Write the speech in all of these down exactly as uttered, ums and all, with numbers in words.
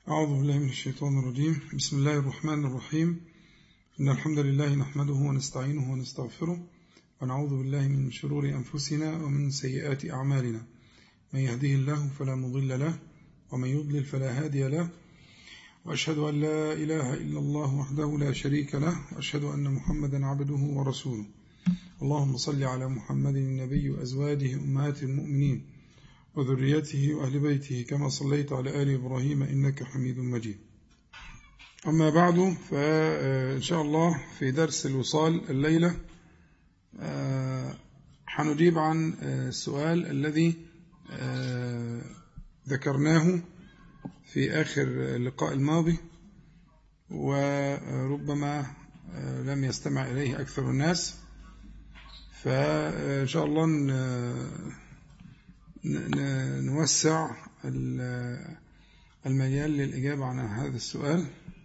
أعوذ بالله من الشيطان الرجيم. بسم الله الرحمن الرحيم. إن الحمد لله نحمده ونستعينه ونستغفره ونعوذ بالله من شرور أنفسنا ومن سيئات أعمالنا. من يهده الله فلا مضل له ومن يضلل فلا هادي له، وأشهد أن لا إله إلا الله وحده لا شريك له، وأشهد أن محمدا عبده ورسوله. اللهم صل على محمد النبي وأزواجه أمهات المؤمنين وذريته وأهل بيته كما صليت على آل إبراهيم إنك حميد مجيد. أما بعد، فإن شاء الله في درس الوصال الليلة حنجيب عن السؤال الذي ذكرناه في آخر اللقاء الماضي، وربما لم يستمع إليه أكثر الناس، فإن شاء الله نوسع المجال للإجابة عن هذا السؤال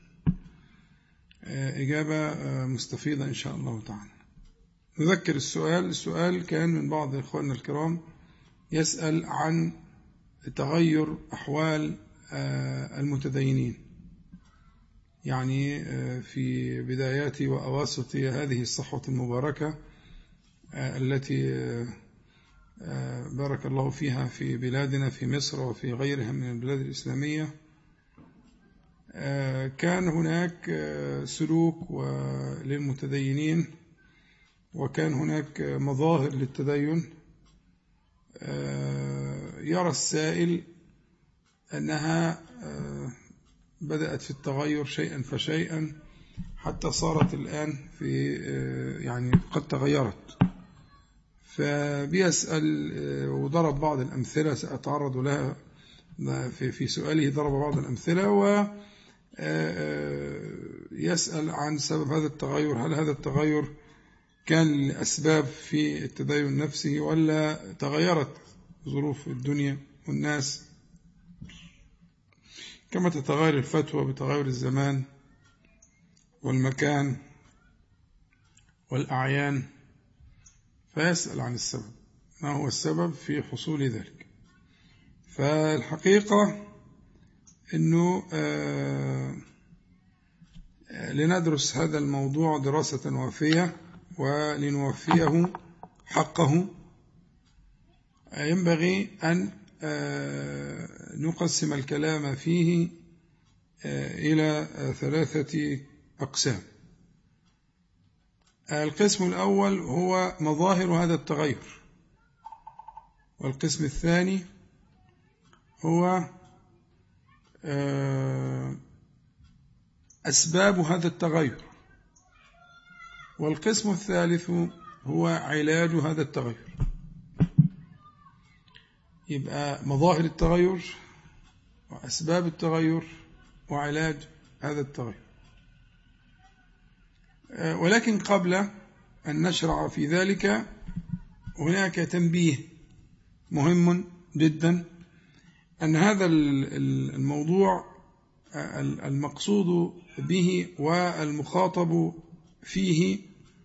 إجابة مستفيضة إن شاء الله تعالى. نذكر السؤال السؤال كان من بعض إخواننا الكرام يسأل عن تغير أحوال المتدينين، يعني في بدايات وأواسط هذه الصحوة المباركة التي بارك الله فيها في بلادنا في مصر وفي غيرها من البلاد الإسلامية. كان هناك سلوك للمتدينين، وكان هناك مظاهر للتدين يرى السائل أنها بدأت في التغير شيئا فشيئا حتى صارت الآن في يعني قد تغيرت، فبيسأل وضرب بعض الأمثلة سأتعرض لها في في سؤاله. ضرب بعض الأمثلة ويسأل عن سبب هذا التغير، هل هذا التغير كان لأسباب في التدين نفسه ولا تغيرت ظروف الدنيا والناس كما تتغير الفتوى بتغير الزمان والمكان والأعيان، فيسأل عن السبب، ما هو السبب في حصول ذلك. فالحقيقة أنه آه لندرس هذا الموضوع دراسة وافية ولنوفيه حقه، ينبغي أن آه نقسم الكلام فيه آه إلى ثلاثة أقسام. القسم الأول هو مظاهر هذا التغير، والقسم الثاني هو أسباب هذا التغير، والقسم الثالث هو علاج هذا التغير. يبقى مظاهر التغير وأسباب التغير وعلاج هذا التغير. ولكن قبل أن نشرع في ذلك هناك تنبيه مهم جدا، أن هذا الموضوع المقصود به والمخاطب فيه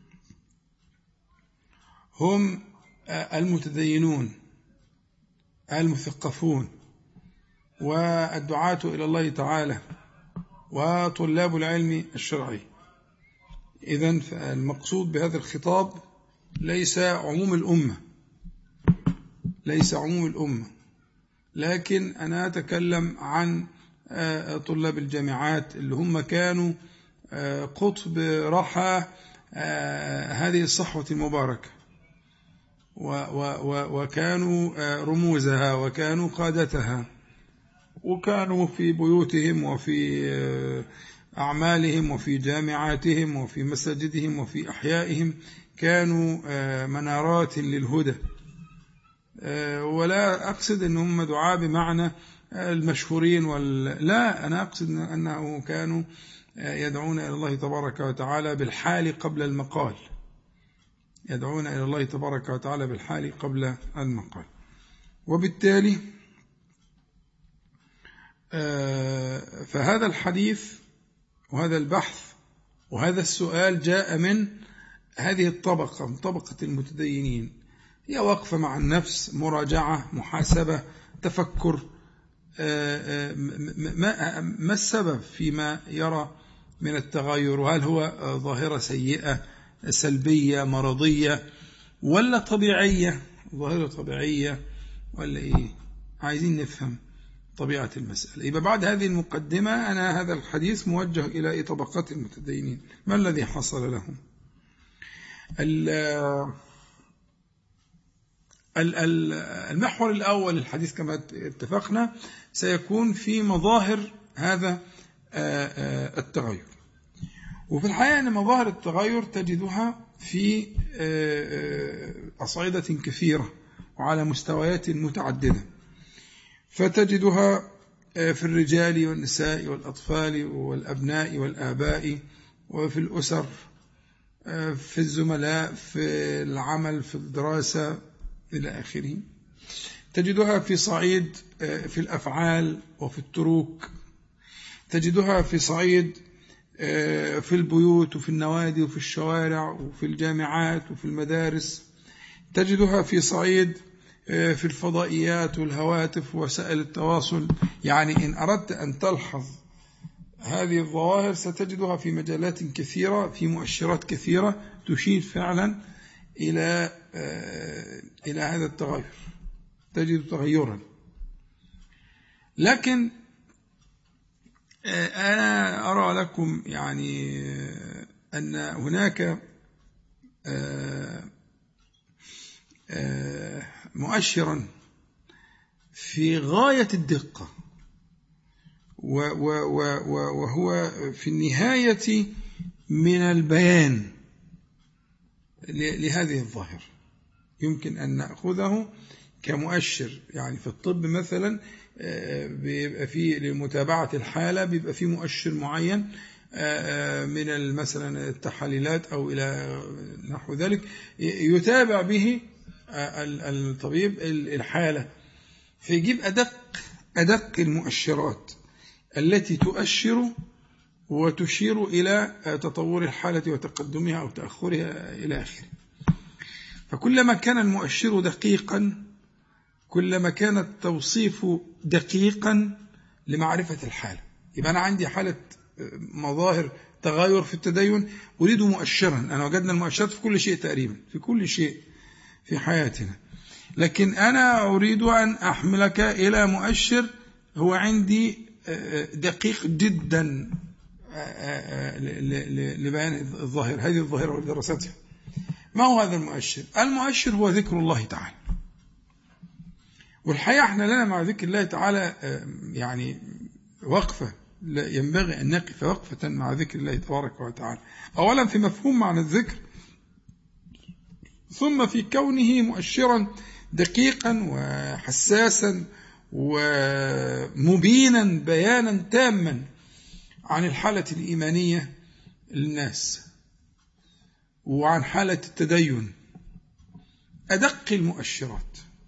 هم المتدينون المثقفون والدعاة إلى الله تعالى وطلاب العلم الشرعي. إذن المقصود بهذا الخطاب ليس عموم الأمة، ليس عموم الأمة، لكن أنا أتكلم عن طلاب الجامعات اللي هم كانوا قطب رحى هذه الصحوة المباركة، وكانوا رموزها وكانوا قادتها، وكانوا في بيوتهم وفي أعمالهم وفي جامعاتهم وفي مساجدهم وفي أحيائهم كانوا منارات للهدى. ولا أقصد أنهم دعاة بمعنى المشهورين وال... لا، أنا أقصد أنه كانوا يدعون إلى الله تبارك وتعالى بالحال قبل المقال، يدعون إلى الله تبارك وتعالى بالحال قبل المقال. وبالتالي فهذا الحديث وهذا البحث وهذا السؤال جاء من هذه الطبقة، من طبقة المتدينين. هي وقفة مع النفس، مراجعة، محاسبة، تفكر، ما السبب فيما يرى من التغير؟ وهل هو ظاهرة سيئة سلبية مرضية ولا طبيعية، ظاهرة طبيعية ولا إيه؟ عايزين نفهم طبيعة المسألة. يبقى بعد هذه المقدمة أنا هذا الحديث موجه إلى طبقات المتدينين، ما الذي حصل لهم؟ المحور الأول للحديث كما اتفقنا سيكون في مظاهر هذا التغير. وفي الحقيقة أن مظاهر التغير تجدها في أصعدة كثيرة وعلى مستويات متعددة، فتجدها في الرجال والنساء والأطفال والأبناء والآباء، وفي الأسر، في الزملاء، في العمل، في الدراسة إلى آخره. تجدها في صعيد في الأفعال وفي التروك، تجدها في صعيد في البيوت وفي النوادي وفي الشوارع وفي الجامعات وفي المدارس، تجدها في صعيد في الفضائيات والهواتف ووسائل التواصل. يعني إن أردت أن تلحظ هذه الظواهر ستجدها في مجالات كثيرة، في مؤشرات كثيرة تشير فعلا إلى إلى هذا التغير، تجد تغيرا. لكن أنا أرى لكم يعني أن هناك مؤشرا في غاية الدقة وهو في النهاية من البيان لهذه الظاهرة، يمكن أن نأخذه كمؤشر. يعني في الطب مثلا بيبقى فيه لمتابعة الحالة بيبقى فيه مؤشر معين من مثلا التحاليلات أو إلى نحو ذلك يتابع به الطبيب الحالة، فيجيب أدق أدق المؤشرات التي تؤشر وتشير إلى تطور الحالة وتقدمها أو تأخرها إلى آخره. فكلما كان المؤشر دقيقا كلما كان التوصيف دقيقا لمعرفة الحالة. يبقى أنا عندي حالة مظاهر تغير في التدين أريد مؤشرا، أنا وجدنا المؤشرات في كل شيء تقريبا، في كل شيء في حياتنا، لكن أنا أريد أن أحملك إلى مؤشر هو عندي دقيق جدا لبيان الظاهرة، هذه الظاهرة ودراستها. ما هو هذا المؤشر؟ المؤشر هو ذكر الله تعالى. والحقيقة احنا لنا مع ذكر الله تعالى يعني وقفة، ينبغي أن نقف وقفة مع ذكر الله تبارك وتعالى، أولا في مفهوم معنى الذكر، ثم في كونه مؤشرا دقيقا وحساسا ومبينا بيانا تاما عن الحالة الإيمانية للناس وعن حالة التدين، أدق المؤشرات.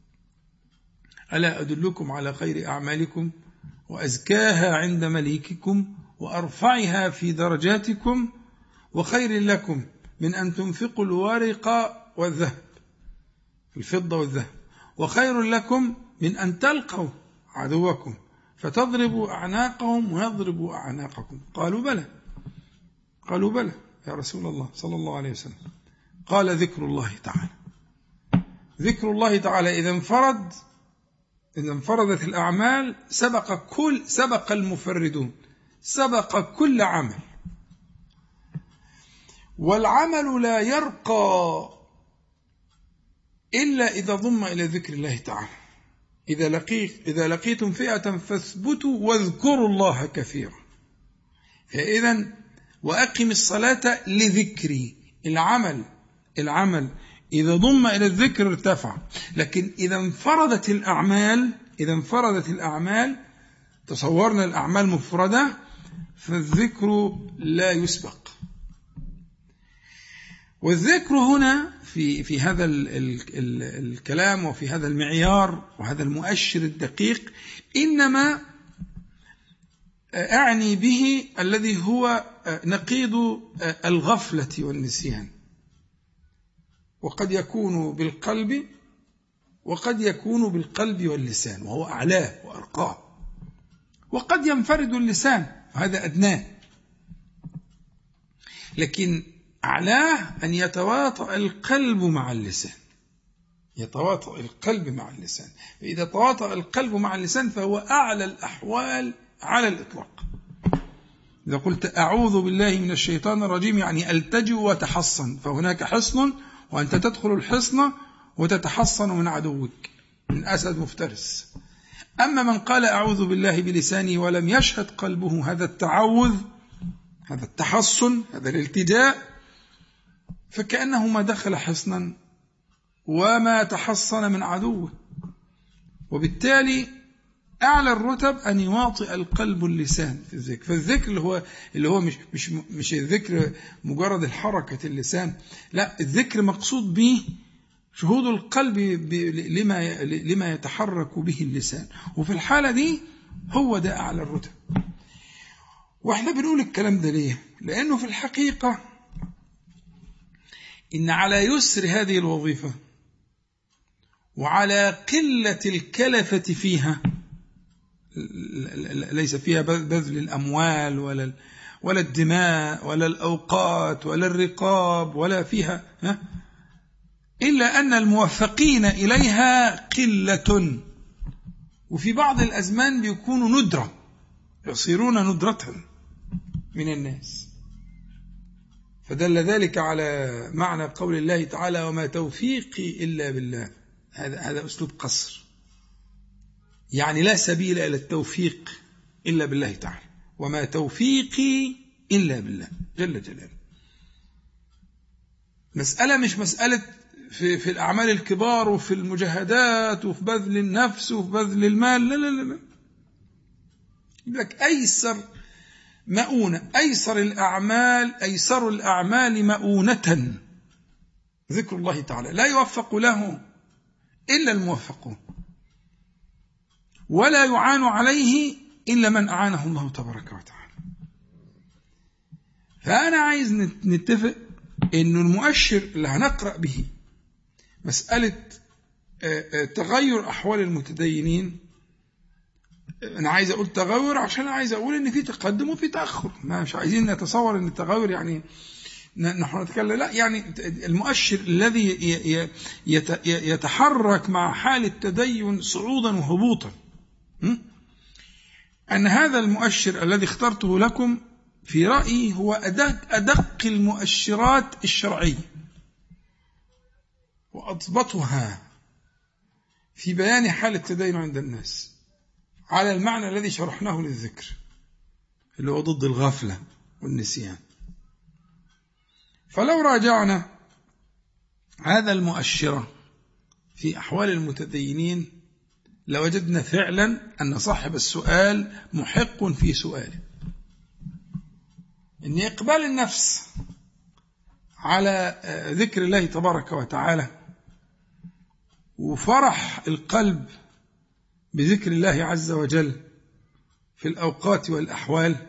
ألا أدلكم على خير أعمالكم وأزكاها عند مليككم وأرفعها في درجاتكم وخير لكم من أن تنفقوا الورق والذهب، الفضة والذهب، وخير لكم من أن تلقوا عدوكم فتضربوا أعناقهم ويضربوا أعناقكم. قالوا بلى، قالوا بلى يا رسول الله صلى الله عليه وسلم. قال ذكر الله تعالى. ذكر الله تعالى إذا انفرد، إذا انفردت الأعمال سبق كل سبق المفردون، سبق كل عمل. والعمل لا يرقى إلا إذا ضم إلى ذكر الله تعالى. إذا لقيت إذا لقيتم فئة فاثبتوا واذكروا الله كثيرا. فإذا وأقم الصلاة لذكري. العمل العمل إذا ضم إلى الذكر ارتفع، لكن إذا انفردت الأعمال إذا انفردت الأعمال تصورنا الأعمال مفردة فالذكر لا يسبق. والذكر هنا في في هذا ال ال ال الكلام وفي هذا المعيار وهذا المؤشر الدقيق إنما أعني به الذي هو نقيض الغفلة والنسيان، وقد يكون بالقلب وقد يكون بالقلب واللسان، وهو أعلاه وأرقاه. وقد ينفرد اللسان، هذا أدناه، لكن أعلاه أن يتواطأ القلب مع اللسان، يتواطأ القلب مع اللسان. فإذا تواطأ القلب مع اللسان فهو أعلى الأحوال على الإطلاق. إذا قلت أعوذ بالله من الشيطان الرجيم يعني ألتجئ وتحصن، فهناك حصن وأنت تدخل الحصن وتتحصن من عدوك، من أسد مفترس. أما من قال أعوذ بالله بلسانه ولم يشهد قلبه هذا التعوذ، هذا التحصن، هذا الالتجاء، فكأنه ما دخل حصنا وما تحصن من عدوه. وبالتالي أعلى الرتب أن يواطئ القلب اللسان في الذكر. فالذكر اللي هو اللي هو مش مش مش الذكر مجرد الحركة اللسان، لا، الذكر مقصود به شهود القلب لما لما يتحرك به اللسان، وفي الحالة دي هو ده أعلى الرتب. واحنا بنقول الكلام ده ليه؟ لأنه في الحقيقة إن على يسر هذه الوظيفة وعلى قلة الكلفة فيها، ليس فيها بذل الأموال ولا ولا الدماء ولا الأوقات ولا الرقاب ولا فيها ها إلا أن الموفقين إليها قلة، وفي بعض الأزمان بيكونوا ندرة، يصيرون ندرة من الناس. فدل ذلك على معنى قول الله تعالى وما توفيقي إلا بالله. هذا هذا أسلوب قصر، يعني لا سبيل إلى التوفيق إلا بالله تعالى، وما توفيقي إلا بالله جل جلاله. مسألة مش مسألة في, في الأعمال الكبار وفي المجاهدات وفي بذل النفس وفي بذل المال، لا لا لا، لك أيسر مؤونة، أيسر الأعمال أيسر الأعمال مؤونة ذكر الله تعالى، لا يوفق له إلا الموفقون، ولا يعان عليه إلا من أعانه الله تبارك وتعالى. فأنا عايز نتفق إنه المؤشر اللي هنقرأ به مسألة تغير أحوال المتدينين. أنا عايز أقول تغير عشان عايز أقول إن في تقدم وفي تأخر، مش عايزين نتصور إن التغير يعني نحن نتكلم، لا، يعني المؤشر الذي يتحرك مع حال التدين صعودا وهبوطا. أن هذا المؤشر الذي اخترته لكم في رأيي هو أدق, أدق المؤشرات الشرعية وأضبطها في بيان حال التدين عند الناس على المعنى الذي شرحناه للذكر، اللي هو ضد الغفلة والنسيان. فلو راجعنا هذا المؤشر في أحوال المتدينين لوجدنا فعلا أن صاحب السؤال محق في سؤاله، إن إقبال النفس على ذكر الله تبارك وتعالى وفرح القلب بذكر الله عز وجل في الأوقات والأحوال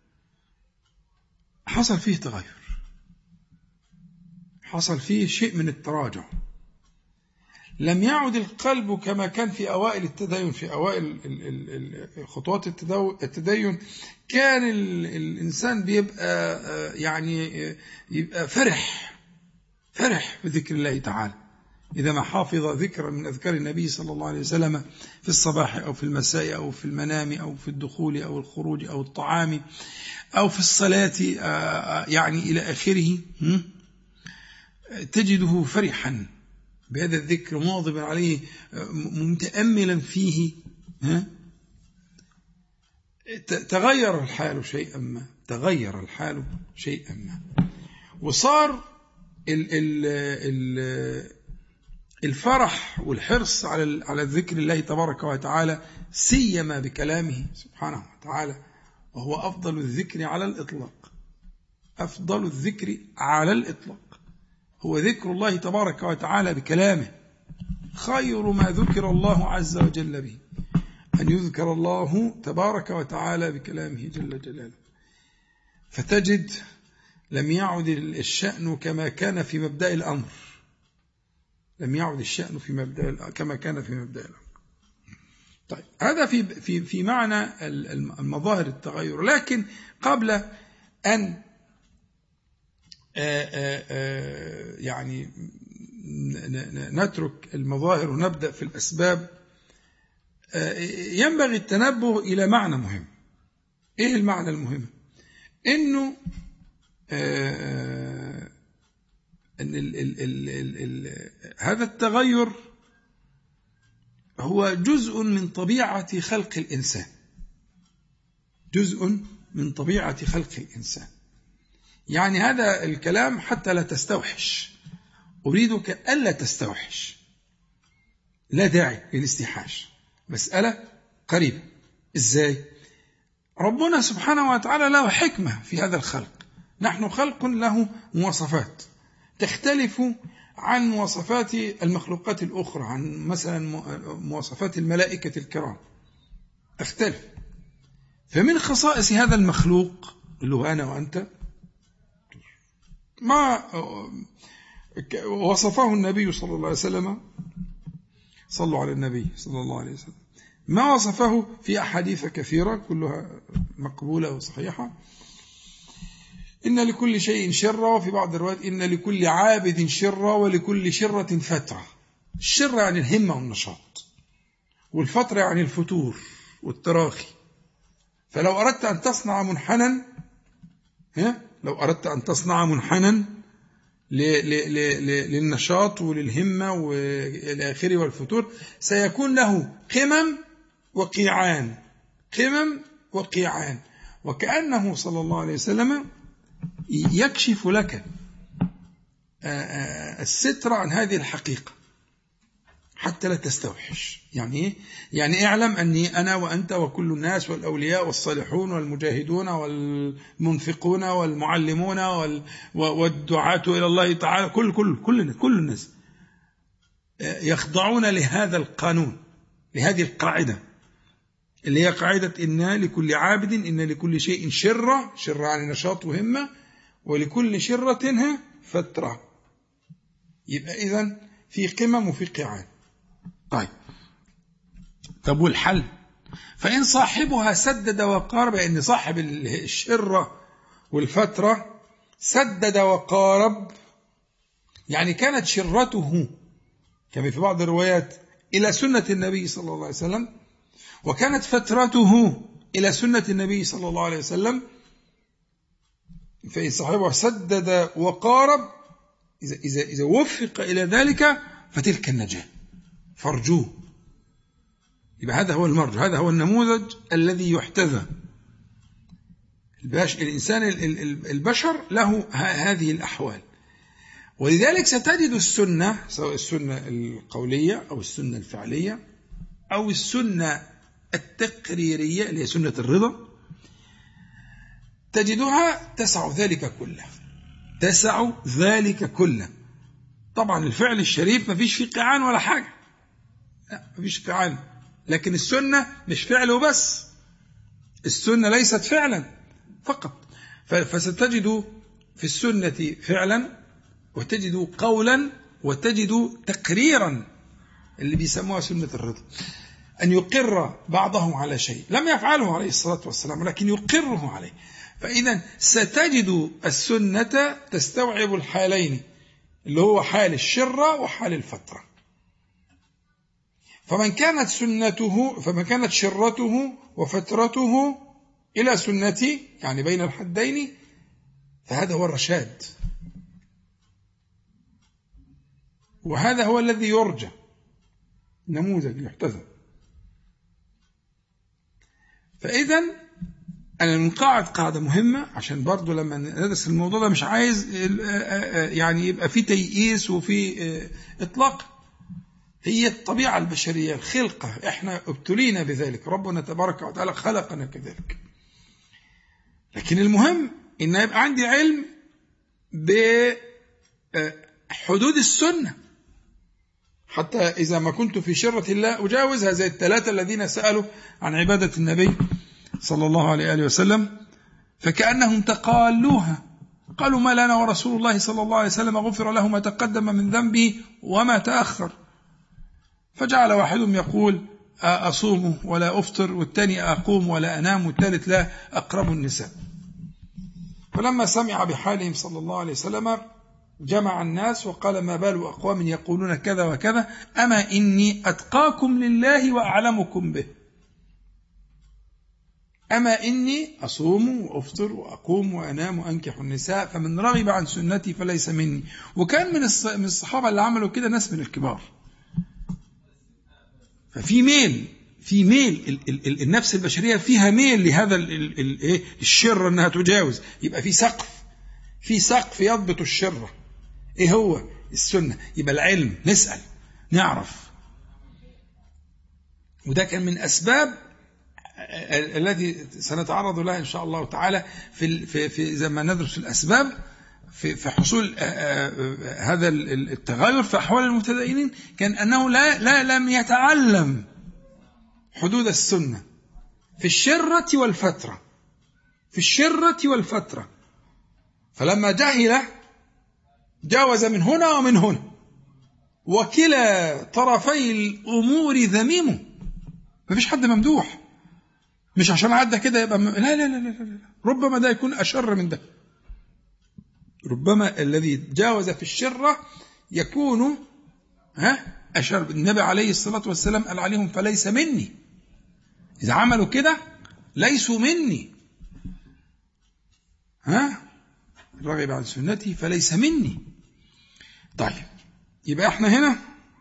حصل فيه تغير، حصل فيه شيء من التراجع. لم يعد القلب كما كان في أوائل التدين، في أوائل خطوات التدين كان الإنسان بيبقى يعني يبقى فرح فرح بذكر الله تعالى إذا ما حافظ ذكرا من أذكار النبي صلى الله عليه وسلم في الصباح أو في المساء أو في المنام أو في الدخول أو الخروج أو الطعام أو في الصلاة يعني إلى آخره، تجده فرحا بهذا الذكر مواظبا عليه متأملا فيه. ها؟ تغير الحال شيئا ما، تغير الحال شيئا ما، وصار ال ال ال الفرح والحرص على على ذكر الله تبارك وتعالى سيما بكلامه سبحانه وتعالى، وهو أفضل الذكر على الإطلاق. أفضل الذكر على الإطلاق هو ذكر الله تبارك وتعالى بكلامه. خير ما ذكر الله عز وجل به أن يذكر الله تبارك وتعالى بكلامه جل جلاله. فتجد لم يعد الشأن كما كان في مبدأ الأمر، لم يعد الشأن في مبدأ كما كان في مبدأ الأمر. طيب هذا في في في معنى المظاهر التغير. لكن قبل أن آآ آآ يعني نترك المظاهر ونبدأ في الأسباب، ينبغي التنبه إلى معنى مهم. إيه المعنى المهم؟ إنه أن ال ال ال ال ال هذا التغير هو جزء من طبيعة خلق الإنسان، جزء من طبيعة خلق الإنسان. يعني هذا الكلام حتى لا تستوحش، أريدك ألا تستوحش، لا داعي للاستيحاش، مسألة قريبة. إزاي؟ ربنا سبحانه وتعالى له حكمة في هذا الخلق. نحن خلق له مواصفات تختلف عن مواصفات المخلوقات الأخرى، عن مثلا مواصفات الملائكة الكرام تختلف. فمن خصائص هذا المخلوق اللي هو أنا وأنت ما وصفه النبي صلى الله عليه وسلم، صلوا على النبي صلى الله عليه وسلم، ما وصفه في أحاديث كثيرة كلها مقبولة وصحيحة. إن لكل شيء شرة، وفي بعض الروايات إن لكل عابد شرة ولكل شرة فترة. الشرة يعني الهمة والنشاط، والفترة يعني الفتور والتراخي. فلو أردت أن تصنع منحنا، ها لو أردت أن تصنع منحنا للنشاط وللهمة وإلى آخره والفتور، سيكون له قمم وقيعان، قمم وقيعان. وكأنه صلى الله عليه وسلم يكشف لك الستر عن هذه الحقيقة حتى لا تستوحش. يعني إيه؟ يعني اعلم أني أنا وأنت وكل الناس والأولياء والصالحون والمجاهدون والمنفقون والمعلمون والدعاة إلى الله تعالى، كل كل كل كل الناس يخضعون لهذا القانون، لهذه القاعدة اللي هي قاعدة إن لكل عابد إن لكل شيء شرة، شرة يعني نشاط وهمة، ولكل شرة فترة. يبقى إذن في قمم وفي قيعان. طيب طب والحل؟ فإن صاحبها سدد وقارب، يعني صاحب الشرة والفترة سدد وقارب، يعني كانت شرته كما في بعض الروايات إلى سنة النبي صلى الله عليه وسلم، وكانت فترته إلى سنة النبي صلى الله عليه وسلم. فإن صاحبها سدد وقارب، إذا, إذا, إذا وفق إلى ذلك فتلك النجاة، فارجوه. يبقى هذا هو المرجو، هذا هو النموذج الذي يحتذى. الإنسان البشر له هذه الأحوال. ولذلك ستجد السنة، سواء السنة القولية أو السنة الفعلية أو السنة التقريرية اللي هي سنة الرضا، تجدها تسع ذلك كله، تسع ذلك كله. طبعا الفعل الشريف ما فيش فيه قيعان ولا حاجة، لا ما فيش قيعان. لكن السنة مش فعل وبس، السنة ليست فعلا فقط. فستجد في السنة فعلا، وتجد قولا، وتجد تقريرا اللي بيسموها سنة الرضا، أن يقر بعضهم على شيء لم يفعله عليه الصلاة والسلام ولكن يقره عليه. فإذا ستجد السنة تستوعب الحالين اللي هو حال الشرة وحال الفترة. فمن كانت سنته فمن كانت شرته وفترته إلى سنتي، يعني بين الحدين، فهذا هو الرشاد، وهذا هو الذي يرجى، نموذج يحتذى. فإذا أنا منقعد قاعدة مهمة، عشان برضو لما ندرس الموضوع ده مش عايز يعني يبقى في تيئيس وفي إطلاق. هي الطبيعة البشرية، الخلقة، إحنا ابتلينا بذلك، ربنا تبارك وتعالى خلقنا كذلك. لكن المهم إن يبقى عندي علم بحدود السنة، حتى إذا ما كنت في شرة الله أجاوزها، زي الثلاثة الذين سألوا عن عبادة النبي صلى الله عليه وسلم فكأنهم تقالوها، قالوا ما لنا ورسول الله صلى الله عليه وسلم غفر له ما تقدم من ذنبه وما تأخر. فجعل واحدهم يقول أصوم ولا أفطر، والثاني أقوم ولا أنام، والثالث لا أقرب النساء. فلما سمع بحالهم صلى الله عليه وسلم جمع الناس وقال: ما بال أقوام يقولون كذا وكذا، أما إني أتقاكم لله وأعلمكم به. أما إني أصوم وأفطر وأقوم وأنام وأنكح النساء، فمن رغب عن سنتي فليس مني. وكان من الصحابة اللي عملوا كده ناس من الكبار. ففي ميل في ميل النفس البشرية فيها ميل لهذا الشر أنها تجاوز. يبقى في سقف في سقف يضبط الشر. إيه هو؟ السنة. يبقى العلم، نسأل نعرف. وده كان من أسباب الذي سنتعرض لها إن شاء الله تعالى في في في زي ما ندرس الأسباب في في حصول هذا التغير في أحوال المتدينين، كان أنه لا لا لم يتعلم حدود السنة في الشرة والفترة في الشرة والفترة فلما جهل جاوز من هنا ومن هنا، وكلا طرفي الأمور ذميم. ما فيش حد ممدوح، مش عشان عدى كده يبقى م... لا, لا لا لا لا ربما ده يكون أشر من ده. ربما الذي جاوز في الشرة يكون ها أشر. النبي عليه الصلاة والسلام قال عليهم: فليس مني. إذا عملوا كده ليسوا مني. ها رغب عن سنتي فليس مني. طيب، يبقى احنا هنا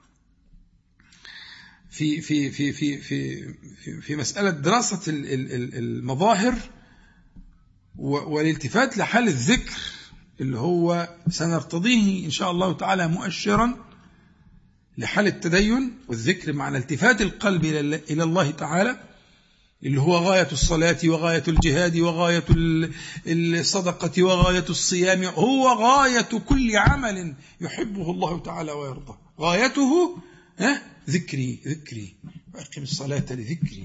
في في في في في في مسألة دراسة المظاهر والالتفات لحال الذكر، اللي هو سنرتضيه إن شاء الله تعالى مؤشرا لحال التدين والذكر مع الالتفات القلب إلى الله تعالى، اللي هو غاية الصلاة وغاية الجهاد وغاية الصدقة وغاية الصيام، هو غاية كل عمل يحبه الله تعالى ويرضى. غايته ها ذكري ذكري وأقم الصلاة لذكري.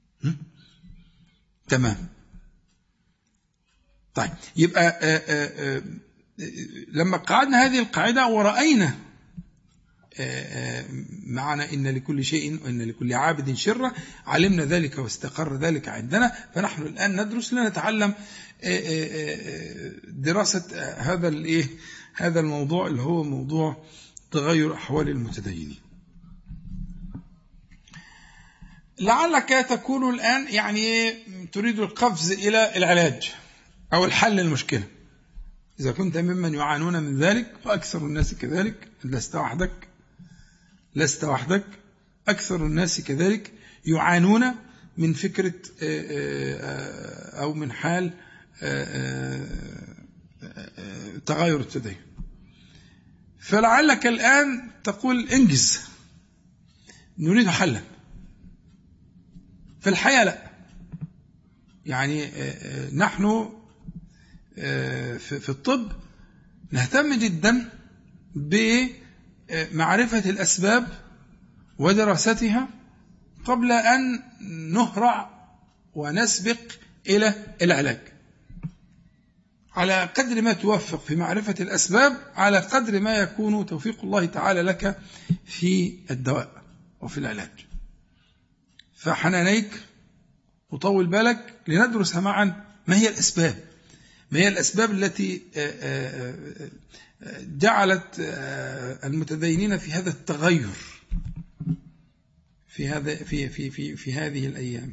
تمام. طيب، يبقى آآ آآ لما قعدنا هذه القاعدة ورأينا معنا إن لكل شيء وإن لكل عابد شرة، علمنا ذلك واستقر ذلك عندنا. فنحن الآن ندرس لنتعلم دراسة هذا الايه هذا الموضوع اللي هو موضوع تغير أحوال المتدينين. لعلك تكون الآن يعني تريد القفز إلى العلاج أو الحل المشكلة. إذا كنت ممن يعانون من ذلك، فأكثر الناس كذلك، لست وحدك لست وحدك أكثر الناس كذلك يعانون من فكرة أو من حال تغير التدين. فلعلك الآن تقول: انجز، نريد حلا. في الحياة لا، يعني نحن في الطب نهتم جدا بمعرفة الأسباب ودراستها قبل أن نهرع ونسبق إلى العلاج. على قدر ما توفق في معرفة الأسباب، على قدر ما يكون توفيق الله تعالى لك في الدواء وفي العلاج. فحنانيك وطول بالك لندرس معا ما هي الأسباب ما هي الأسباب التي جعلت المتدينين في هذا التغير في هذا في في في في هذه الأيام.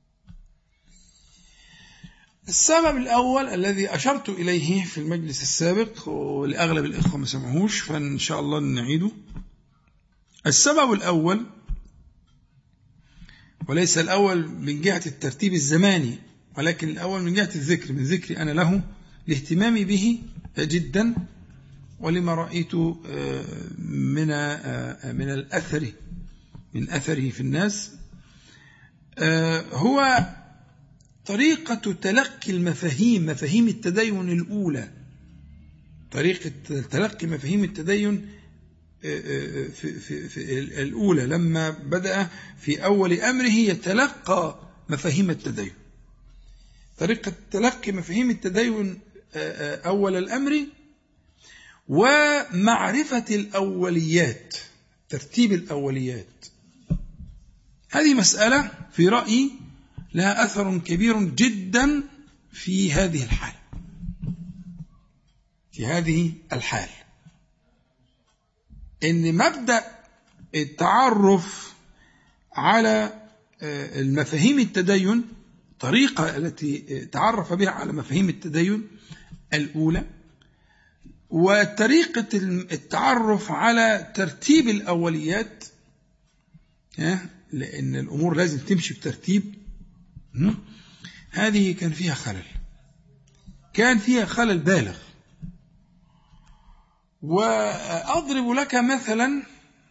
السبب الأول الذي أشرت إليه في المجلس السابق ولأغلب الإخوة ما سمعوش، فإن شاء الله نعيده. السبب الأول، وليس الأول من جهة الترتيب الزماني، ولكن الأول من جهة الذكر، من ذكري أنا له لاهتمامي به جدا، ولما رأيت من من الأثر من أثره في الناس، هو طريقة تلقي المفاهيم مفاهيم التدين الأولى. طريقة تلقي مفاهيم التدين في في في الأولى، لما بدأ في أول أمره يتلقى مفاهيم التدين. طريقة تلقي مفاهيم التدين أول الأمر، ومعرفة الأوليات، ترتيب الأوليات. هذه مسألة في رأيي لها أثر كبير جدا في هذه الحال في هذه الحال إن مبدأ التعرف على المفاهيم التدين، طريقة التي تعرف بها على مفاهيم التدين الأولى، وطريقة التعرف على ترتيب الأوليات، لأن الأمور لازم تمشي بترتيب، هذه كان فيها خلل كان فيها خلل بالغ. وأضرب لك مثلا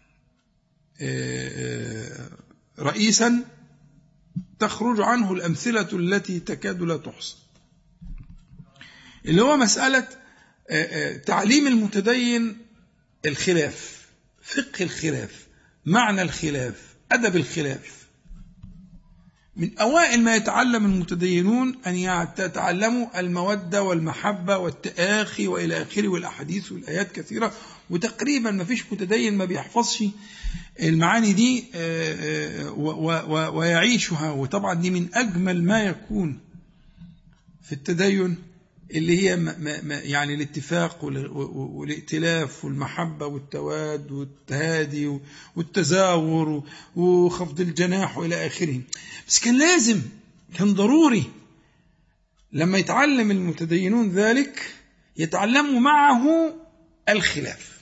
رئيسا تخرج عنه الأمثلة التي تكاد لا تحصى، اللي هو مسألة تعليم المتدين الخلاف، فقه الخلاف، معنى الخلاف، أدب الخلاف. من أوائل ما يتعلم المتدينون أن يتعلموا المودة والمحبة والتآخي وإلى آخره، والأحاديث والآيات كثيرة، وتقريبا ما فيش متدين ما بيحفظش المعاني دي ويعيشها. وطبعا دي من أجمل ما يكون في التدين، اللي هي يعني الاتفاق والائتلاف والمحبة والتواد والتهادي والتزاور وخفض الجناح وإلى آخره. بس كان لازم، كان ضروري لما يتعلم المتدينون ذلك يتعلموا معه الخلاف.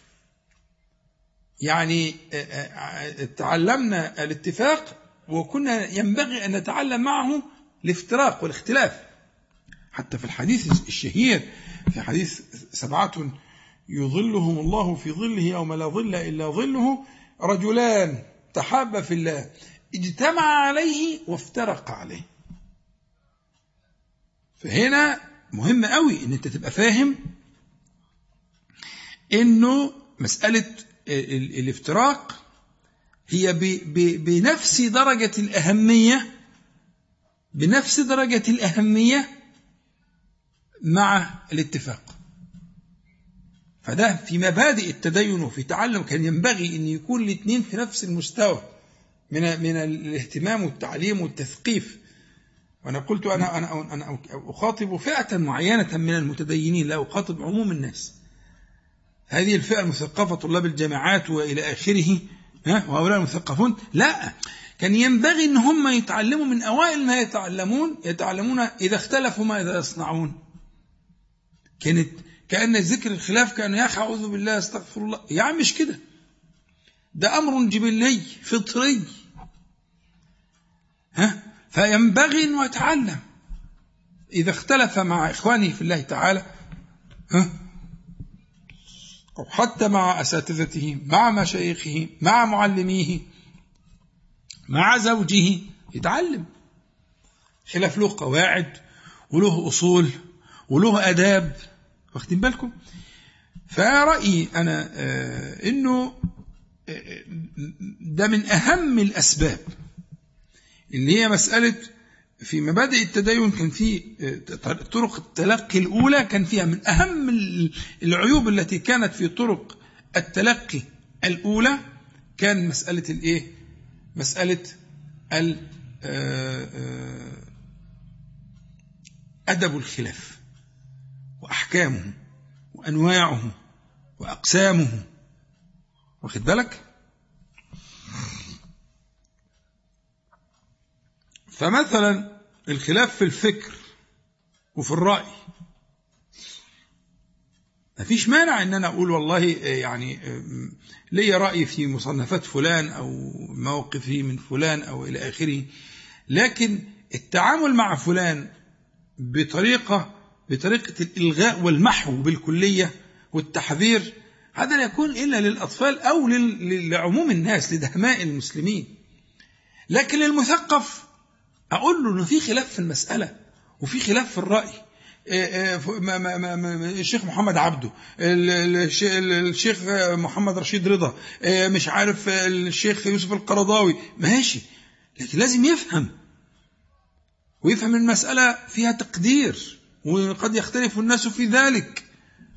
يعني تعلمنا الاتفاق، وكنا ينبغي أن نتعلم معه الافتراق والاختلاف. حتى في الحديث الشهير، في حديث سبعة يظلهم الله في ظله يوم لا ظل إلا ظله، رجلان تحابا في الله اجتمع عليه وافترق عليه. فهنا مهم قوي ان انت تبقى فاهم انه مسألة الافتراق هي بنفس درجة الأهمية بنفس درجة الأهمية مع الاتفاق. فده في مبادئ التدين وفي تعلم كان ينبغي أن يكون الاثنين في نفس المستوى من من الاهتمام والتعليم والتثقيف. وأنا قلت أنا أنا أنا أخاطب فئة معينة من المتدينين، لا أخاطب عموم الناس. هذه الفئة المثقفة طلاب الجامعات وإلى آخره، ها، وهؤلاء المثقفون، لا، كان ينبغي أن هم يتعلموا من أوائل ما يتعلمون يتعلمون إذا اختلفوا ماذا يصنعون. كانت كأن ذكر الخلاف كان يا أخي أعوذ بالله استغفر الله، يا عم مش كده، ده أمر جبلي فطري، ها، فينبغي أن يتعلم إذا اختلف مع إخوانه في الله تعالى، ها، أو حتى مع أساتذته، مع مشايخه، مع معلميه، مع زوجه، يتعلم. خلاف له قواعد وله أصول وله أداب، واخدين بالكم؟ فرأيي أنا آه إنه آه ده من أهم الأسباب، اللي هي مسألة في مبادئ التدين كان في آه طرق التلقي الأولى كان فيها من أهم العيوب التي كانت في طرق التلقي الأولى كان مسألة الإيه؟ مسألة ال آه آه أدب الخلاف وأحكامه وأنواعه وأقسامه، واخد بالك؟ فمثلا الخلاف في الفكر وفي الرأي، ما فيش مانع ان انا اقول والله يعني لي رأي في مصنفات فلان او موقفي من فلان او الى اخره، لكن التعامل مع فلان بطريقة بطريقة الإلغاء والمحو بالكلية والتحذير، هذا لا يكون إلا للأطفال أو لعموم الناس، لدهماء المسلمين. لكن للمثقف أقول له أنه في خلاف في المسألة وفي خلاف في الرأي. الشيخ محمد عبده، الشيخ محمد رشيد رضا، مش عارف الشيخ يوسف القرضاوي، ماشي، لكن لازم يفهم ويفهم المسألة فيها تقدير، وقد يختلف الناس في ذلك،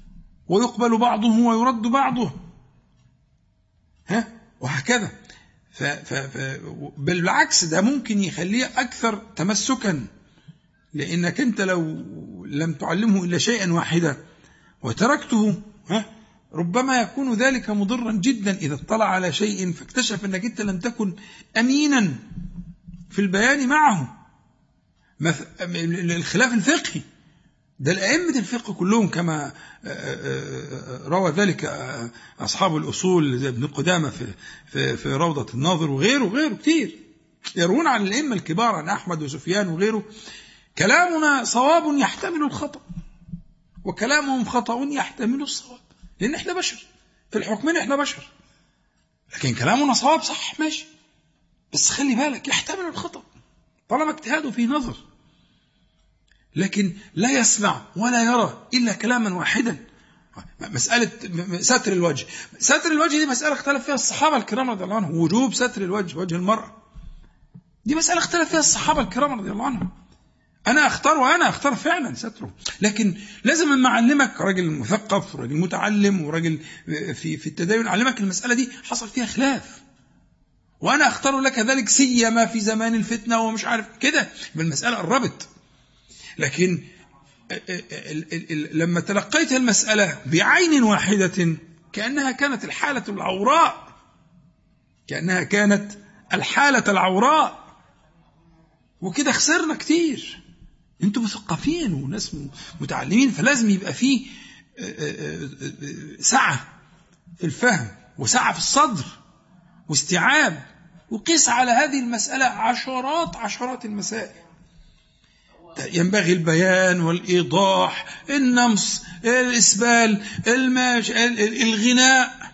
ويقبل بعضه ويرد بعضه، ها، وهكذا. بالعكس ده ممكن يخليه أكثر تمسكا، لأنك أنت لو لم تعلمه إلا شيئا واحدا وتركته ربما يكون ذلك مضرا جدا إذا اطلع على شيء فاكتشف أنك أنت لم تكن أمينا في البيان معه. الخلاف الفقهي ده الأئمة الفقه كلهم كما روى ذلك أصحاب الأصول زي ابن قدامة في, في, في روضة الناظر وغيره وغيره كتير يروون عن الأئمة الكبار عن أحمد وسفيان وغيره كلامنا صواب يحتمل الخطأ وكلامهم خطأ يحتمل الصواب، لأن احنا بشر في الحكمين، احنا بشر، لكن كلامنا صواب صح ماشي، بس خلي بالك يحتمل الخطأ طالما اجتهاده في نظر، لكن لا يسمع ولا يرى إلا كلاما واحدا. مسألة ستر الوجه، ستر الوجه دي مسألة اختلف فيها الصحابة الكرام رضي الله عنهم، وجوب ستر الوجه وجه المرأة دي مسألة اختلف فيها الصحابة الكرام رضي الله عنهم. أنا أختار وأنا أختار فعلا ستره، لكن لازم أما أعلمك راجل مثقف وراجل متعلم وراجل في في التدين أعلمك المسألة دي حصل فيها خلاف، وأنا أختار لك ذلك سيما في زمان الفتنة ومش عارف كده بالمسألة قربت. لكن لما تلقيت المسألة بعين واحدة كأنها كانت الحالة العوراء، كأنها كانت الحالة العوراء، وكده خسرنا كتير. انتوا مثقفين وناس متعلمين، فلازم يبقى فيه سعة في الفهم وسعة في الصدر واستيعاب، وقيس على هذه المسألة عشرات عشرات المسائل ينبغي البيان والإيضاح، النمص، الإسبال، الماش، الغناء،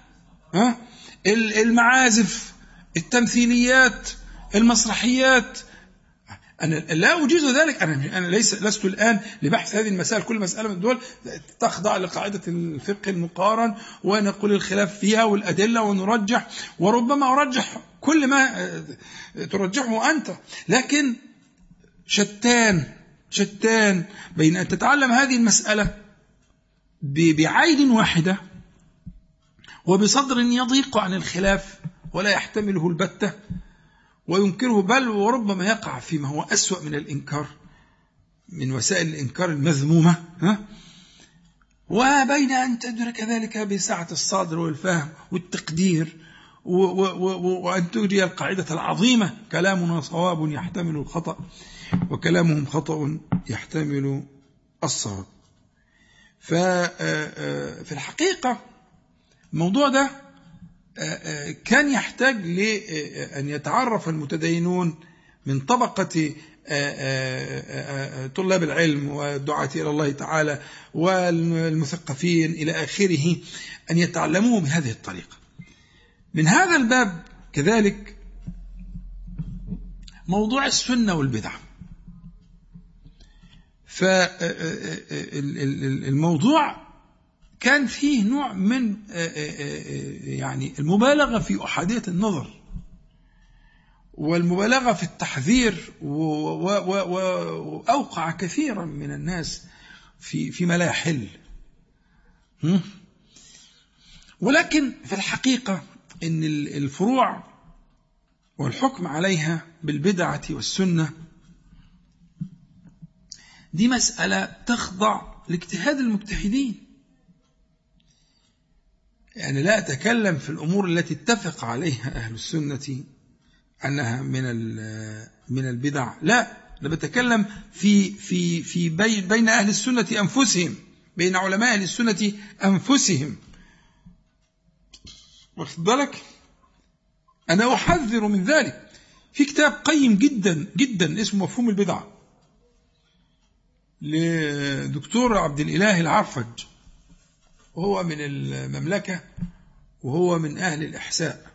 المعازف، التمثيليات، المسرحيات. أنا لا أجيز ذلك، أنا أنا ليس لست الآن لبحث هذه المسائل، كل مسألة من دول تخضع لقاعدة الفقه المقارن ونقول الخلاف فيها والأدلة ونرجح، وربما أرجح كل ما ترجحه أنت، لكن شتان شتان بين أن تتعلم هذه المسألة بعين واحدة وبصدر يضيق عن الخلاف ولا يحتمله البتة وينكره، بل وربما يقع فيما هو أسوأ من الإنكار، من وسائل الإنكار المذمومة، ها؟ وبين أن تدرك ذلك بسعة الصدر والفهم والتقدير، وأن تجري القاعدة العظيمة كلامنا صواب يحتمل الخطأ وكلامهم خطأ يحتمل الصواب. ففي الحقيقة الموضوع ده كان يحتاج لأن يتعرف المتدينون من طبقة طلاب العلم والدعاة إلى الله تعالى والمثقفين إلى آخره أن يتعلموه بهذه الطريقة. من هذا الباب كذلك موضوع السنة والبدعة، فالموضوع كان فيه نوع من يعني المبالغة في أحادية النظر والمبالغة في التحذير، وأوقع كثيرا من الناس في فيما لا يحل. ولكن في الحقيقة إن الفروع والحكم عليها بالبدعة والسنة دي مسألة تخضع لاجتهاد المجتهدين. يعني لا أتكلم في الأمور التي اتفق عليها أهل السنة أنها من من البدع، لا، أنا بتكلم في في في بين أهل السنة أنفسهم، بين علماء أهل السنة أنفسهم. واخد بالك؟ أنا أحذر من ذلك. في كتاب قيم جدا جدا اسمه مفهوم البدعة لدكتور عبد الإله العرفج، وهو من المملكة وهو من أهل الإحساء،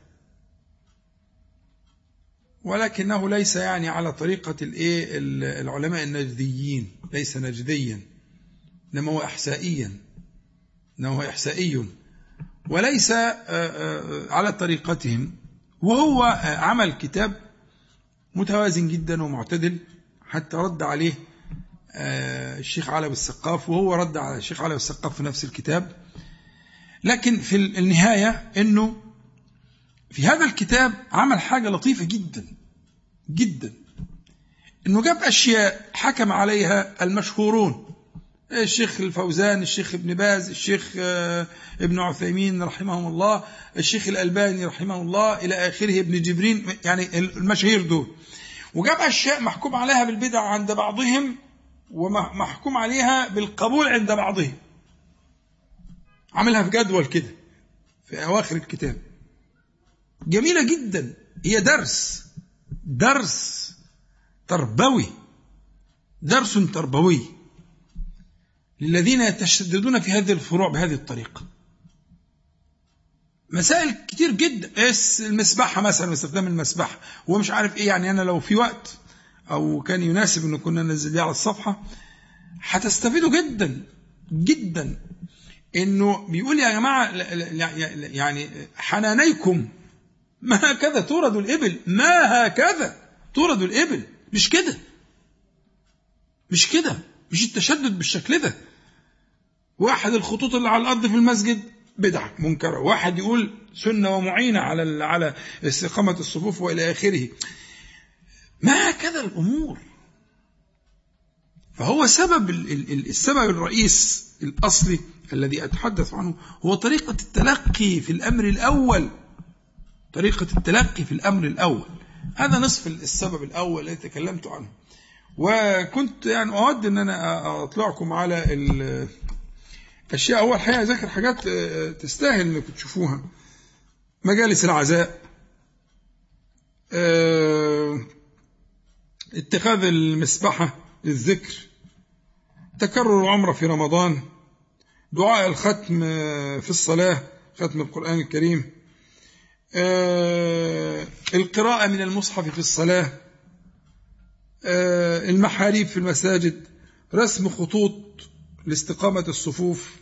ولكنه ليس يعني على طريقة العلماء النجديين، ليس نجديا، إنما هو إحسائيا، إنما هو إحسائي وليس على طريقتهم. وهو عمل كتاب متوازن جدا ومعتدل، حتى رد عليه الشيخ علوي السقاف، وهو رد على الشيخ علوي السقاف في نفس الكتاب. لكن في النهاية أنه في هذا الكتاب عمل حاجة لطيفة جدا جدا، إنه جاب أشياء حكم عليها المشهورون، الشيخ الفوزان، الشيخ ابن باز، الشيخ ابن عثيمين رحمه الله، الشيخ الألباني رحمه الله إلى آخره، ابن جبرين، يعني المشاهير دول، وجاب أشياء محكوم عليها بالبدع عند بعضهم ومحكوم عليها بالقبول عند بعضهم، عملها في جدول كده في أواخر الكتاب، جميلة جدا، هي درس درس تربوي، درس تربوي للذين يتشددون في هذه الفروع بهذه الطريقة. مسائل كتير جدا، المسبحة مثلا، استخدام المسبحة ومش عارف ايه، يعني انا لو في وقت او كان يناسب انه كنا ننزل ليه على الصفحة هتستفيدوا جدا جدا. انه بيقول يا جماعة يعني حنانيكم ما هكذا تورد الإبل، ما هكذا تورد الإبل، مش كده مش كده مش التشدد بالشكل ده. واحد الخطوط اللي على الأرض في المسجد بدعة منكرة، واحد يقول سنة ومعينة على على استقامة الصفوف وإلى آخره، ما هكذا الأمور. فهو سبب السبب الرئيس الأصلي الذي أتحدث عنه هو طريقة التلقي في الأمر الأول، طريقة التلقي في الأمر الأول. هذا نصف السبب الأول الذي تكلمت عنه، وكنت يعني أود أن أنا أطلعكم على الأشياء. أول حاجة أذكر حاجات تستاهل أنكم تشوفوها: مجالس العزاء، اتخاذ المسبحة للذكر، تكرر العمرة في رمضان، دعاء الختم في الصلاة، ختم القرآن الكريم، القراءة من المصحف في الصلاة، المحاريب في المساجد، رسم خطوط لاستقامة الصفوف،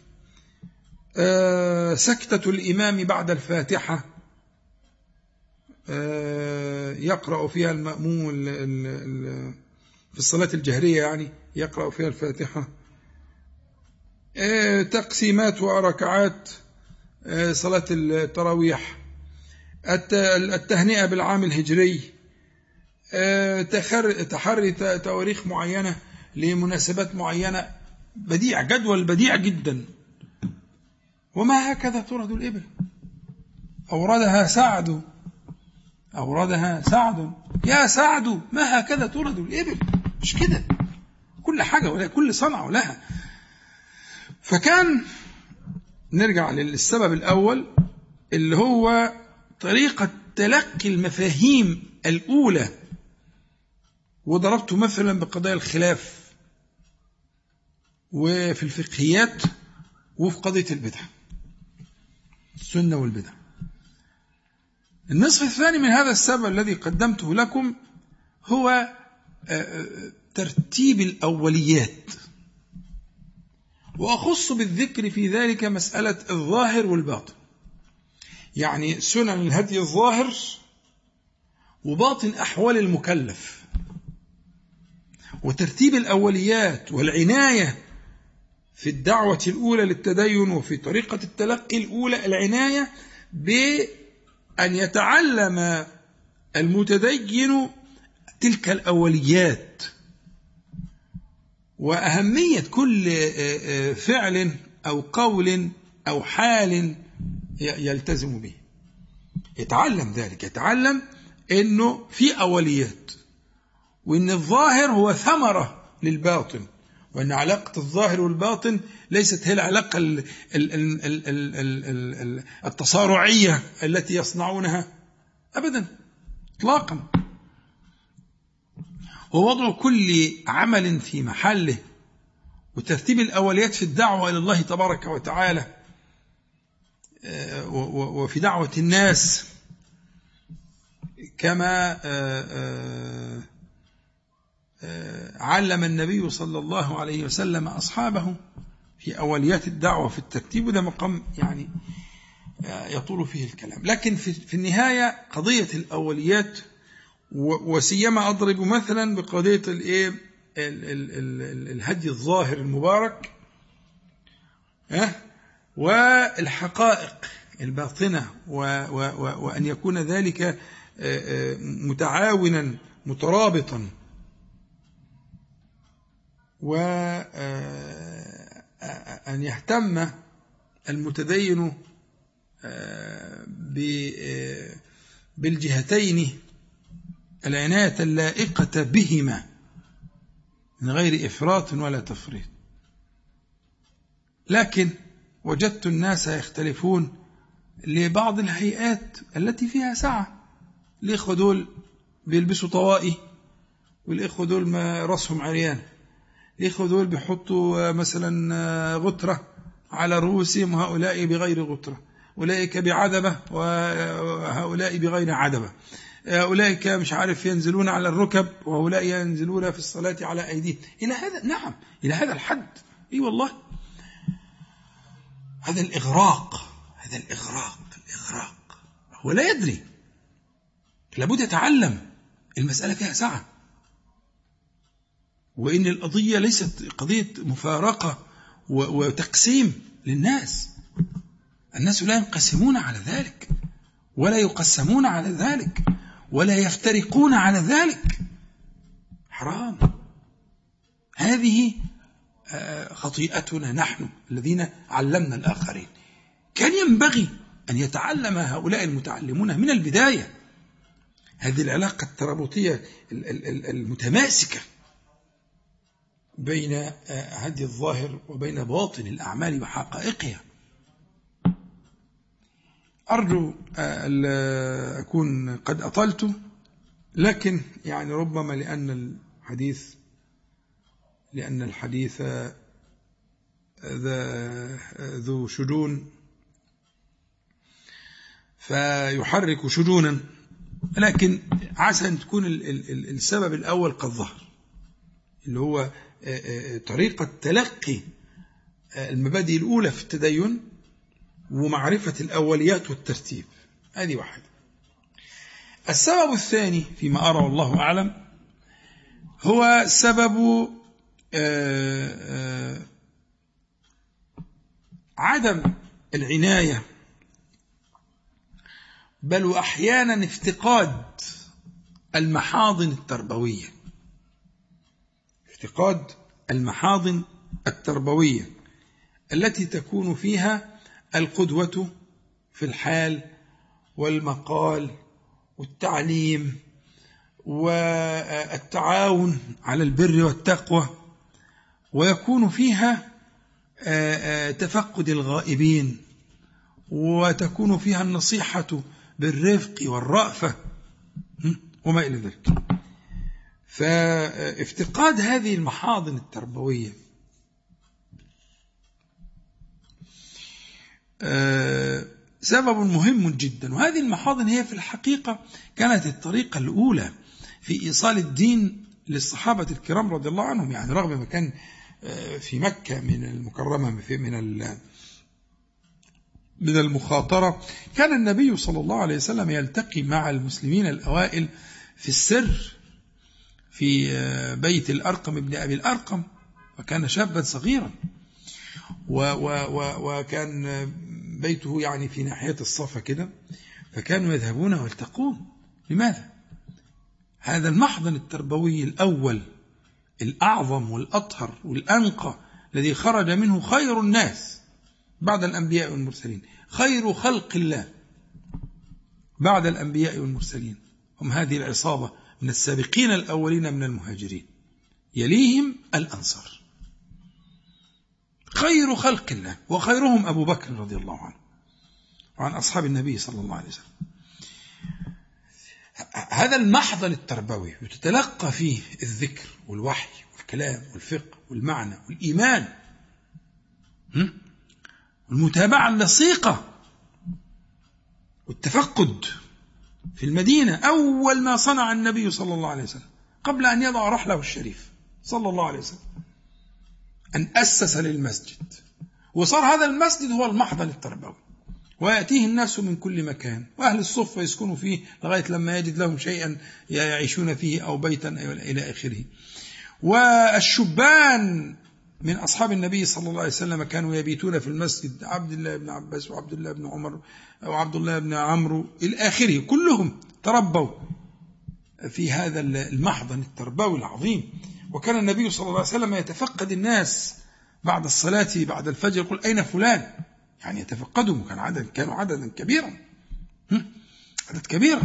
سكتة الإمام بعد الفاتحة يقرأ فيها المأموم في الصلاة الجهرية، يعني يقرأ فيها الفاتحة، تقسيمات وركعات صلاة التراويح، التهنئة بالعام الهجري، تحري تواريخ معينة لمناسبات معينة، بديع، جدول بديع جدا. وما هكذا تورد الإبل، أوردها سعد أوردها سعد يا سعد ما هكذا تورد الإبل، مش كده، كل حاجة ولا كل صنعة لها. فكان نرجع للسبب الأول اللي هو طريقة تلقي المفاهيم الأولى، وضربت مثلا بقضايا الخلاف وفي الفقهيات وفي قضية البدع، السنة والبدع. النصف الثاني من هذا السبب الذي قدمته لكم هو ترتيب الأوليات، وأخص بالذكر في ذلك مسألة الظاهر والباطن، يعني سنن الهدي الظاهر وباطن أحوال المكلف، وترتيب الأوليات والعناية في الدعوة الأولى للتدين وفي طريقة التلقي الأولى، العناية بأن يتعلم المتدين تلك الأوليات وأهمية كل فعل أو قول أو حال يلتزم به، يتعلم ذلك، يتعلم أنه في أوليات، وأن الظاهر هو ثمرة للباطن، وأن علاقة الظاهر والباطن ليست هي العلاقة التصارعية التي يصنعونها أبدا إطلاقا. ووضع كل عمل في محله، وترتيب الأوليات في الدعوة إلى الله تبارك وتعالى وفي دعوة الناس، كما علم النبي صلى الله عليه وسلم أصحابه في أوليات الدعوة في الترتيب. وده مقام يعني يطول فيه الكلام، لكن في النهاية قضية الأوليات، وسيما أضرب مثلا بقضية الايه الهدي الظاهر المبارك والحقائق الباطنة وأن يكون ذلك متعاونا مترابطا، وأن يهتم المتدين بالجهتين العناية اللائقة بهما من غير إفراط ولا تفريط. لكن وجدت الناس يختلفون لبعض الهيئات التي فيها سعة. الإخوة دول بيلبسوا طوائي، والإخوة دول ما رأسهم عريان، الإخوة دول بيحطوا مثلا غترة على رؤوسهم وهؤلاء بغير غترة، أولئك بعدبة وهؤلاء بغير عدبة، أولئك مش عارف ينزلون على الركب وهؤلاء ينزلون في الصلاة على أيديهم، إلى هذا. نعم، إلى هذا الحد. إي والله، هذا الإغراق، هذا الإغراق الإغراق هو لا يدري، لابد يتعلم. المسألة فيها سعة، وإن القضية ليست قضية مفارقة وتقسيم للناس. الناس لا ينقسمون على ذلك، ولا يقسمون على ذلك، ولا يفترقون على ذلك. حرام. هذه خطيئتنا نحن الذين علمنا الآخرين. كان ينبغي أن يتعلم هؤلاء المتعلمون من البداية هذه العلاقة الترابطية المتماسكة بين هدي الظاهر وبين باطن الأعمال وحقائقها. أرجو أن أكون قد أطلت، لكن يعني ربما لأن الحديث لأن الحديث ذو شجون فيحرك شجونا، لكن عسى أن تكون السبب الأول قد ظهر، اللي هو طريقة تلقي المبادئ الأولى في التدين ومعرفة الأوليات والترتيب. هذه واحدة. السبب الثاني فيما أرى والله أعلم هو سبب عدم العناية، بل وأحيانا افتقاد المحاضن التربوية، افتقاد المحاضن التربوية التي تكون فيها القدوة في الحال والمقال والتعليم والتعاون على البر والتقوى، ويكون فيها تفقد الغائبين، وتكون فيها النصيحة بالرفق والرأفة وما إلى ذلك. فافتقاد هذه المحاضن التربوية سبب مهم جدا، وهذه المحاضن هي في الحقيقة كانت الطريقة الأولى في إيصال الدين للصحابة الكرام رضي الله عنهم. يعني رغم ما كان في مكة من المكرمة من من المخاطرة، كان النبي صلى الله عليه وسلم يلتقي مع المسلمين الأوائل في السر في بيت الأرقم ابن أبي الأرقم، وكان شابا صغيرا، وكان بيته يعني في ناحية الصفا كده، فكانوا يذهبون ويلتقون. لماذا؟ هذا المحضن التربوي الأول الأعظم والأطهر والأنقى الذي خرج منه خير الناس بعد الأنبياء والمرسلين، خير خلق الله بعد الأنبياء والمرسلين، هم هذه العصابة من السابقين الأولين من المهاجرين، يليهم الأنصار، خير خلق الله، وخيرهم أبو بكر رضي الله عنه وعن أصحاب النبي صلى الله عليه وسلم. هذا المحضن التربوي يتتلقى فيه الذكر والوحي والكلام والفقه والمعنى والإيمان والمتابعة اللصيقة والتفقد. في المدينة أول ما صنع النبي صلى الله عليه وسلم قبل أن يضع رحله الشريف صلى الله عليه وسلم أن أسس للمسجد، وصار هذا المسجد هو المحضن التربوي، ويأتيه الناس من كل مكان، وأهل الصفة يسكنوا فيه لغاية لما يجد لهم شيئا يعيشون فيه أو بيتا إلى آخره، والشبان من أصحاب النبي صلى الله عليه وسلم كانوا يبيتون في المسجد، عبد الله بن عباس وعبد الله بن عمر وعبد الله بن عمرو إلى آخره، كلهم تربوا في هذا المحضن التربوي العظيم. وكان النبي صلى الله عليه وسلم يتفقد الناس بعد الصلاة بعد الفجر، يقول أين فلان، يعني يتفقدهم، كان عدد كانوا عددا كبيرا، عدد كبيرا،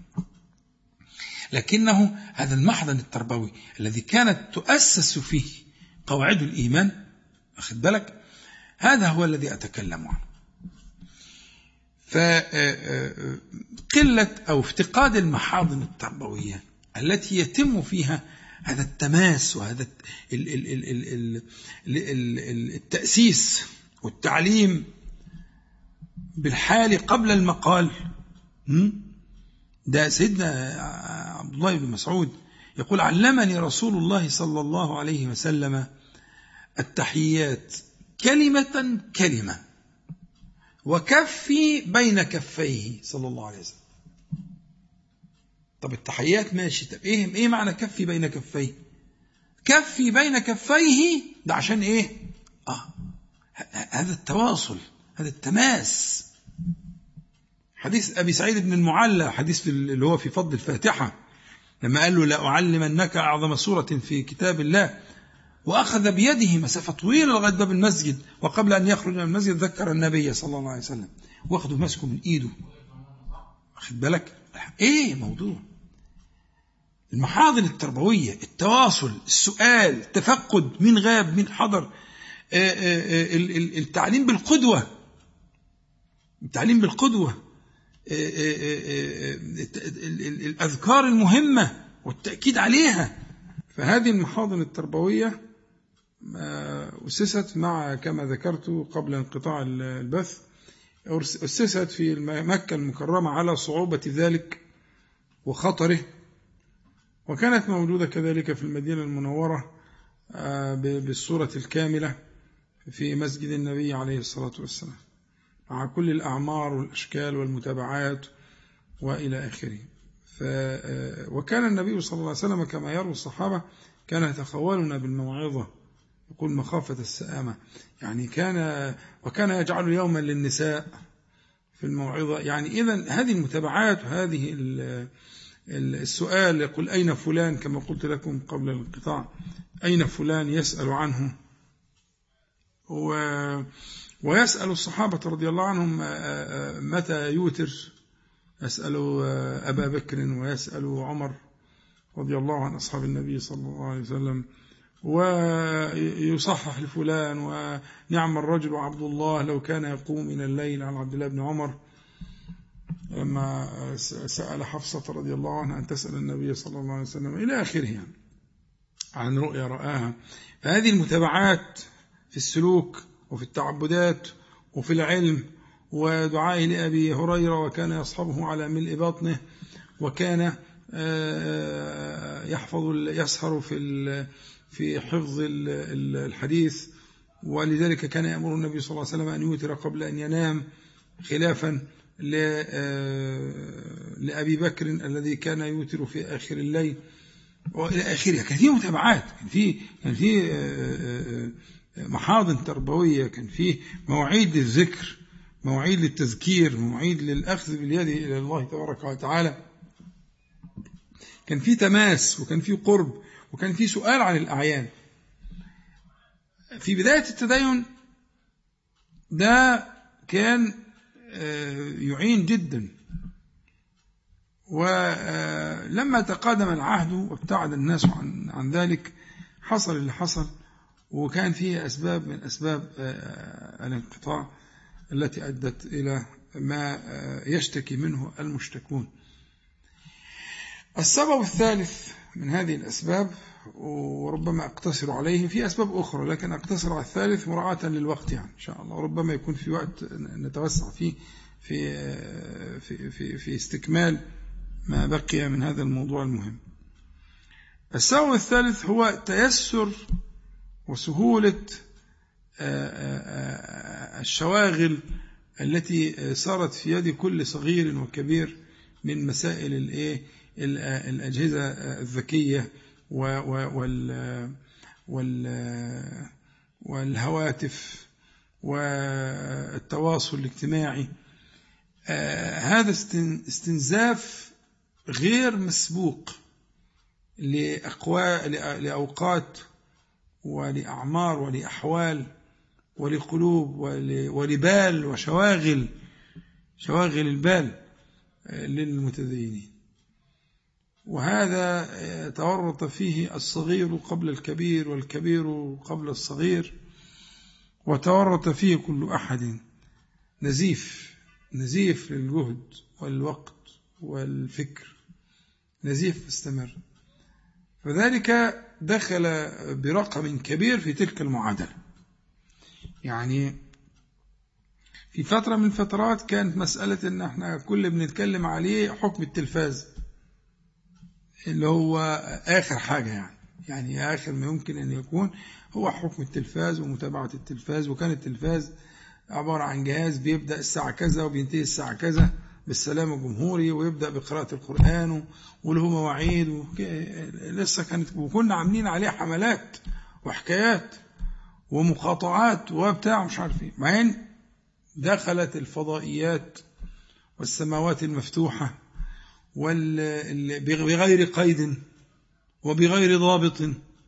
لكنه هذا المحضن التربوي الذي كانت تؤسس فيه قواعد الإيمان، أخذ بالك، هذا هو الذي أتكلم عنه. فقلة أو افتقاد المحاضن التربوية التي يتم فيها هذا التماس وهذا التأسيس والتعليم بالحال قبل المقال. ده سيدنا عبد الله بن مسعود يقول: علمني رسول الله صلى الله عليه وسلم التحيات كلمة كلمة وكفي بين كفيه صلى الله عليه وسلم. طب التحيات ماشي، طب ايه ايه معنى كفي بين كفيه؟ كفي بين كفيه ده عشان ايه؟ اه هذا التواصل، هذا التماس. حديث ابي سعيد بن المعلى، حديث اللي هو في فضل الفاتحة، لما قال له: لا أعلمنك أعظم سورة في كتاب الله، وأخذ بيده مسافة طويلة لغاية باب المسجد، وقبل أن يخرج من المسجد ذكر النبي صلى الله عليه وسلم، واخده مسكه من إيده. أخذ بالك إيه موضوع المحاضن التربوية، التواصل، السؤال، التفقد، من غاب من حضر، التعليم بالقدوة، التعليم بالقدوة، الأذكار المهمة والتأكيد عليها. فهذه المحاضن التربوية أسست مع كما ذكرت قبل انقطاع البث، أسست في مكة المكرمة على صعوبة ذلك وخطره، وكانت موجودة كذلك في المدينة المنورة بالصورة الكاملة في مسجد النبي عليه الصلاة والسلام، مع كل الأعمار والأشكال والمتابعات وإلى آخره. وكان النبي صلى الله عليه وسلم كما يروي الصحابة كان يتخولنا بالموعظة، يقول: مخافة السآمة، يعني كان وكان يجعل يوما للنساء في الموعظة. يعني إذن هذه المتابعات وهذه السؤال، يقول: أين فلان، كما قلت لكم قبل الانقطاع، أين فلان، يسأل عنه، و ويسأل الصحابة رضي الله عنهم متى يوتر، يسأل أبا بكر ويسأل عمر رضي الله عن أصحاب النبي صلى الله عليه وسلم، ويصحح لفلان، ونعم الرجل عبد الله لو كان يقوم من الليل، عن عبد الله بن عمر لما سأل حفصة رضي الله عنها أن تسأل النبي صلى الله عليه وسلم إلى آخره، يعني عن رؤيا رآها. فهذه المتابعات في السلوك وفي التعبدات وفي العلم، ودعائه لأبي هريرة وكان يصحبه على ملء بطنه، وكان يحفظ يسهر في في حفظ الحديث، ولذلك كان يأمر النبي صلى الله عليه وسلم أن يوتر قبل أن ينام، خلافا لأبي بكر الذي كان يوتر في آخر الليل وإلى آخره. كان فيه متابعات، كان فيه كان فيه محاضن تربوية، كان فيه مواعيد للذكر، مواعيد للتذكير، مواعيد للأخذ باليد إلى الله تبارك وتعالى. كان فيه تماس، وكان فيه قرب، وكان فيه سؤال عن الأعيان. في بداية التدين ده كان يعين جدا، ولما تقادم العهد وابتعد الناس عن عن ذلك حصل اللي حصل، وكان فيه أسباب من أسباب الانقطاع التي أدت إلى ما يشتكي منه المشتكون. السبب الثالث من هذه الأسباب، وربما أقتصر عليه، في أسباب أخرى لكن أقتصر على الثالث مراعاة للوقت يعني إن شاء الله، وربما يكون في وقت نتوسع فيه في في في في استكمال ما بقي من هذا الموضوع المهم. السبب الثالث هو تيسر وسهولة الشواغل التي صارت في يد كل صغير وكبير من مسائل الايه الأجهزة الذكية وال والهواتف والتواصل الاجتماعي. هذا استنزاف غير مسبوق لأوقات ولأعمار ولأحوال ولقلوب ولبال وشواغل شواغل البال للمتدينين. وهذا تورط فيه الصغير قبل الكبير والكبير قبل الصغير، وتورط فيه كل أحد نزيف نزيف للجهد والوقت والفكر، نزيف مستمر. فذلك دخل برقم كبير في تلك المعادلة. يعني في فترة من الفترات كانت مسألة ان احنا كل بنتكلم عليه حكم التلفاز، اللي هو آخر حاجة، يعني يعني آخر ما يمكن أن يكون هو حكم التلفاز ومتابعة التلفاز. وكان التلفاز عبارة عن جهاز بيبدأ الساعة كذا وبينتهي الساعة كذا بالسلام الجمهوري، ويبدأ بقراءة القرآن وله مواعيد. لسه كانت وكنا عاملين عليه حملات وحكايات ومقاطعات وبتاع مش عارف ايه. بعدين دخلت الفضائيات والسماوات المفتوحة بغير قيد وبغير ضابط،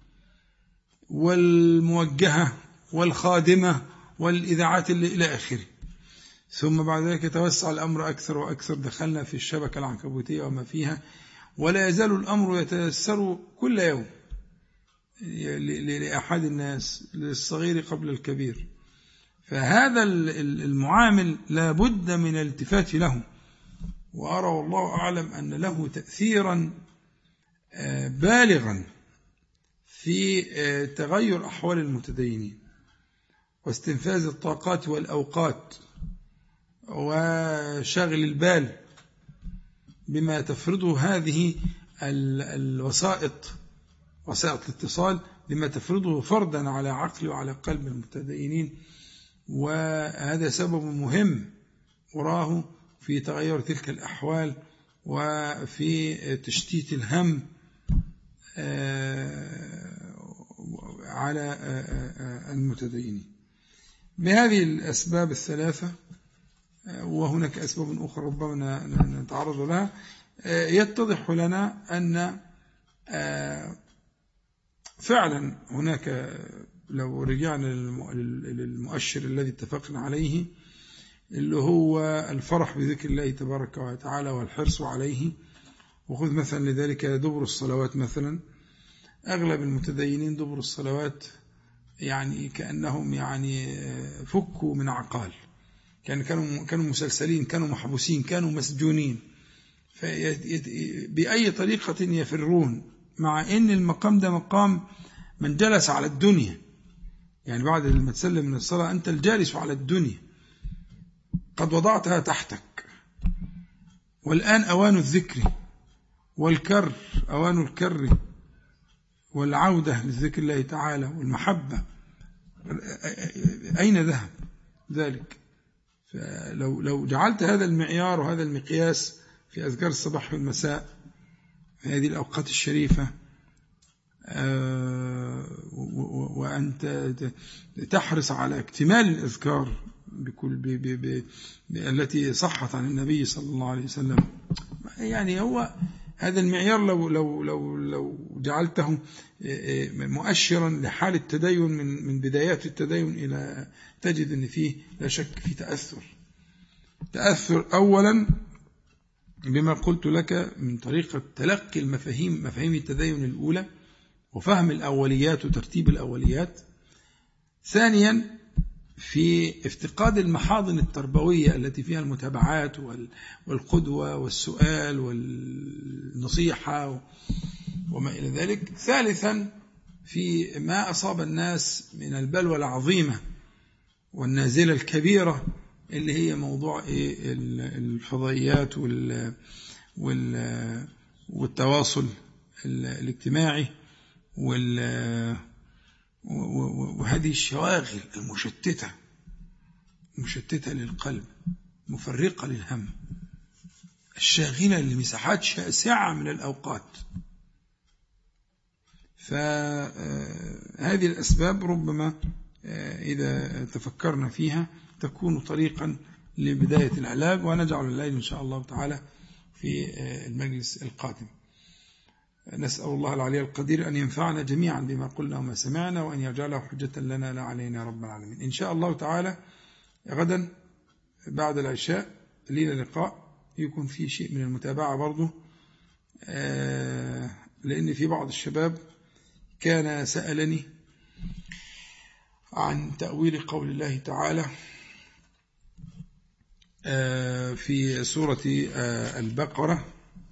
والموجهة والخادمة والإذاعات اللي إلى آخره. ثم بعد ذلك يتوسع الأمر أكثر وأكثر، دخلنا في الشبكة العنكبوتية وما فيها، ولا يزال الأمر يتيسر كل يوم لأحد الناس، للصغير قبل الكبير. فهذا المعامل لا بد من الالتفات له، وأرى والله أعلم أن له تأثيرا بالغا في تغير أحوال المتدينين واستنفاذ الطاقات والأوقات وشغل البال بما تفرضه هذه الوسائط، وسائط الاتصال، بما تفرضه فردا على عقل وعلى قلب المتدينين. وهذا سبب مهم وراه في تغير تلك الأحوال وفي تشتيت الهم على المتدينين. بهذه الأسباب الثلاثة، وهناك أسباب أخرى ربما نتعرض لها، يتضح لنا أن فعلا هناك، لو رجعنا للمؤشر الذي اتفقنا عليه اللي هو الفرح بذكر الله تبارك وتعالى والحرص عليه، وخذ مثلا لذلك دبر الصلوات مثلا. أغلب المتدينين دبر الصلوات يعني كأنهم يعني فكوا من عقال، كان كانوا كانوا مسلسلين، كانوا محبوسين، كانوا مسجونين، بأي طريقة يفرون، مع أن المقام ده مقام من جلس على الدنيا. يعني بعد ما تسلم من الصلاة أنت الجالس على الدنيا، قد وضعتها تحتك، والآن أوان الذكر والكر، أوان الكر والعودة للذكر الله تعالى والمحبة. أين ذهب ذلك؟ فلو لو جعلت هذا المعيار وهذا المقياس في أذكار الصباح والمساء في هذه الأوقات الشريفة، وأنت تحرص على اكتمال الأذكار بكل ب ب ب التي صحت عن النبي صلى الله عليه وسلم، يعني هو هذا المعيار لو لو لو لو جعلته مؤشرا لحال التدين من من بدايات التدين إلى، تجد أن فيه لا شك في تأثر تأثر أولا بما قلت لك من طريقة تلقي المفاهيم، مفاهيم التدين الأولى، وفهم الأوليات وترتيب الأوليات. ثانيا في افتقاد المحاضن التربوية التي فيها المتابعات والقدوة والسؤال والنصيحة وما إلى ذلك. ثالثا في ما أصاب الناس من البلوى العظيمة والنازلة الكبيرة اللي هي موضوع الفضائيات والتواصل الاجتماعي وهذه الشواغل المشتتة مشتتة للقلب، مفرقة للهم، الشاغلة لمساحات شاسعة من الأوقات. فهذه الأسباب ربما إذا تفكرنا فيها تكون طريقا لبداية العلاج، ونجعل الليل إن شاء الله تعالى في المجلس القادم. نسأل الله العلي القدير أن ينفعنا جميعا بما قلنا وما سمعنا، وأن يجعله حجة لنا لا علينا رب العالمين. إن شاء الله تعالى غدا بعد العشاء لينا لقاء يكون فيه شيء من المتابعة برضه، لأن في بعض الشباب كان سألني عن تأويل قول الله تعالى في سورة البقرة: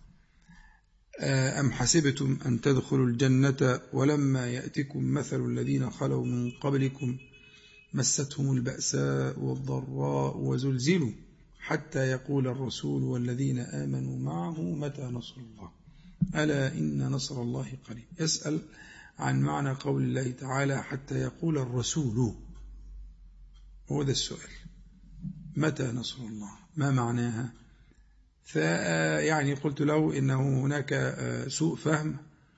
أم حسبتم أن تدخلوا الجنة ولما يأتكم مثل الذين خلوا من قبلكم مستهم البأساء والضراء وزلزلوا حتى يقول الرسول والذين آمنوا معه متى نصر الله ألا إن نصر الله قريب. يسأل عن معنى قول الله تعالى حتى يقول الرسول، هو ده السؤال، متى نصر الله، ما معناها؟ فيعني قلت له إنه هناك سوء فهم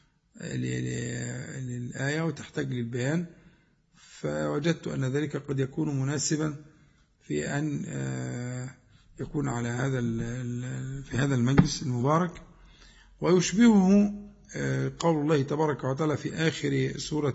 للآية وتحتاج للبيان، فوجدت أن ذلك قد يكون مناسبا في أن يكون على هذا في هذا المجلس المبارك، ويشبهه قول الله تبارك وتعالى في آخر سورة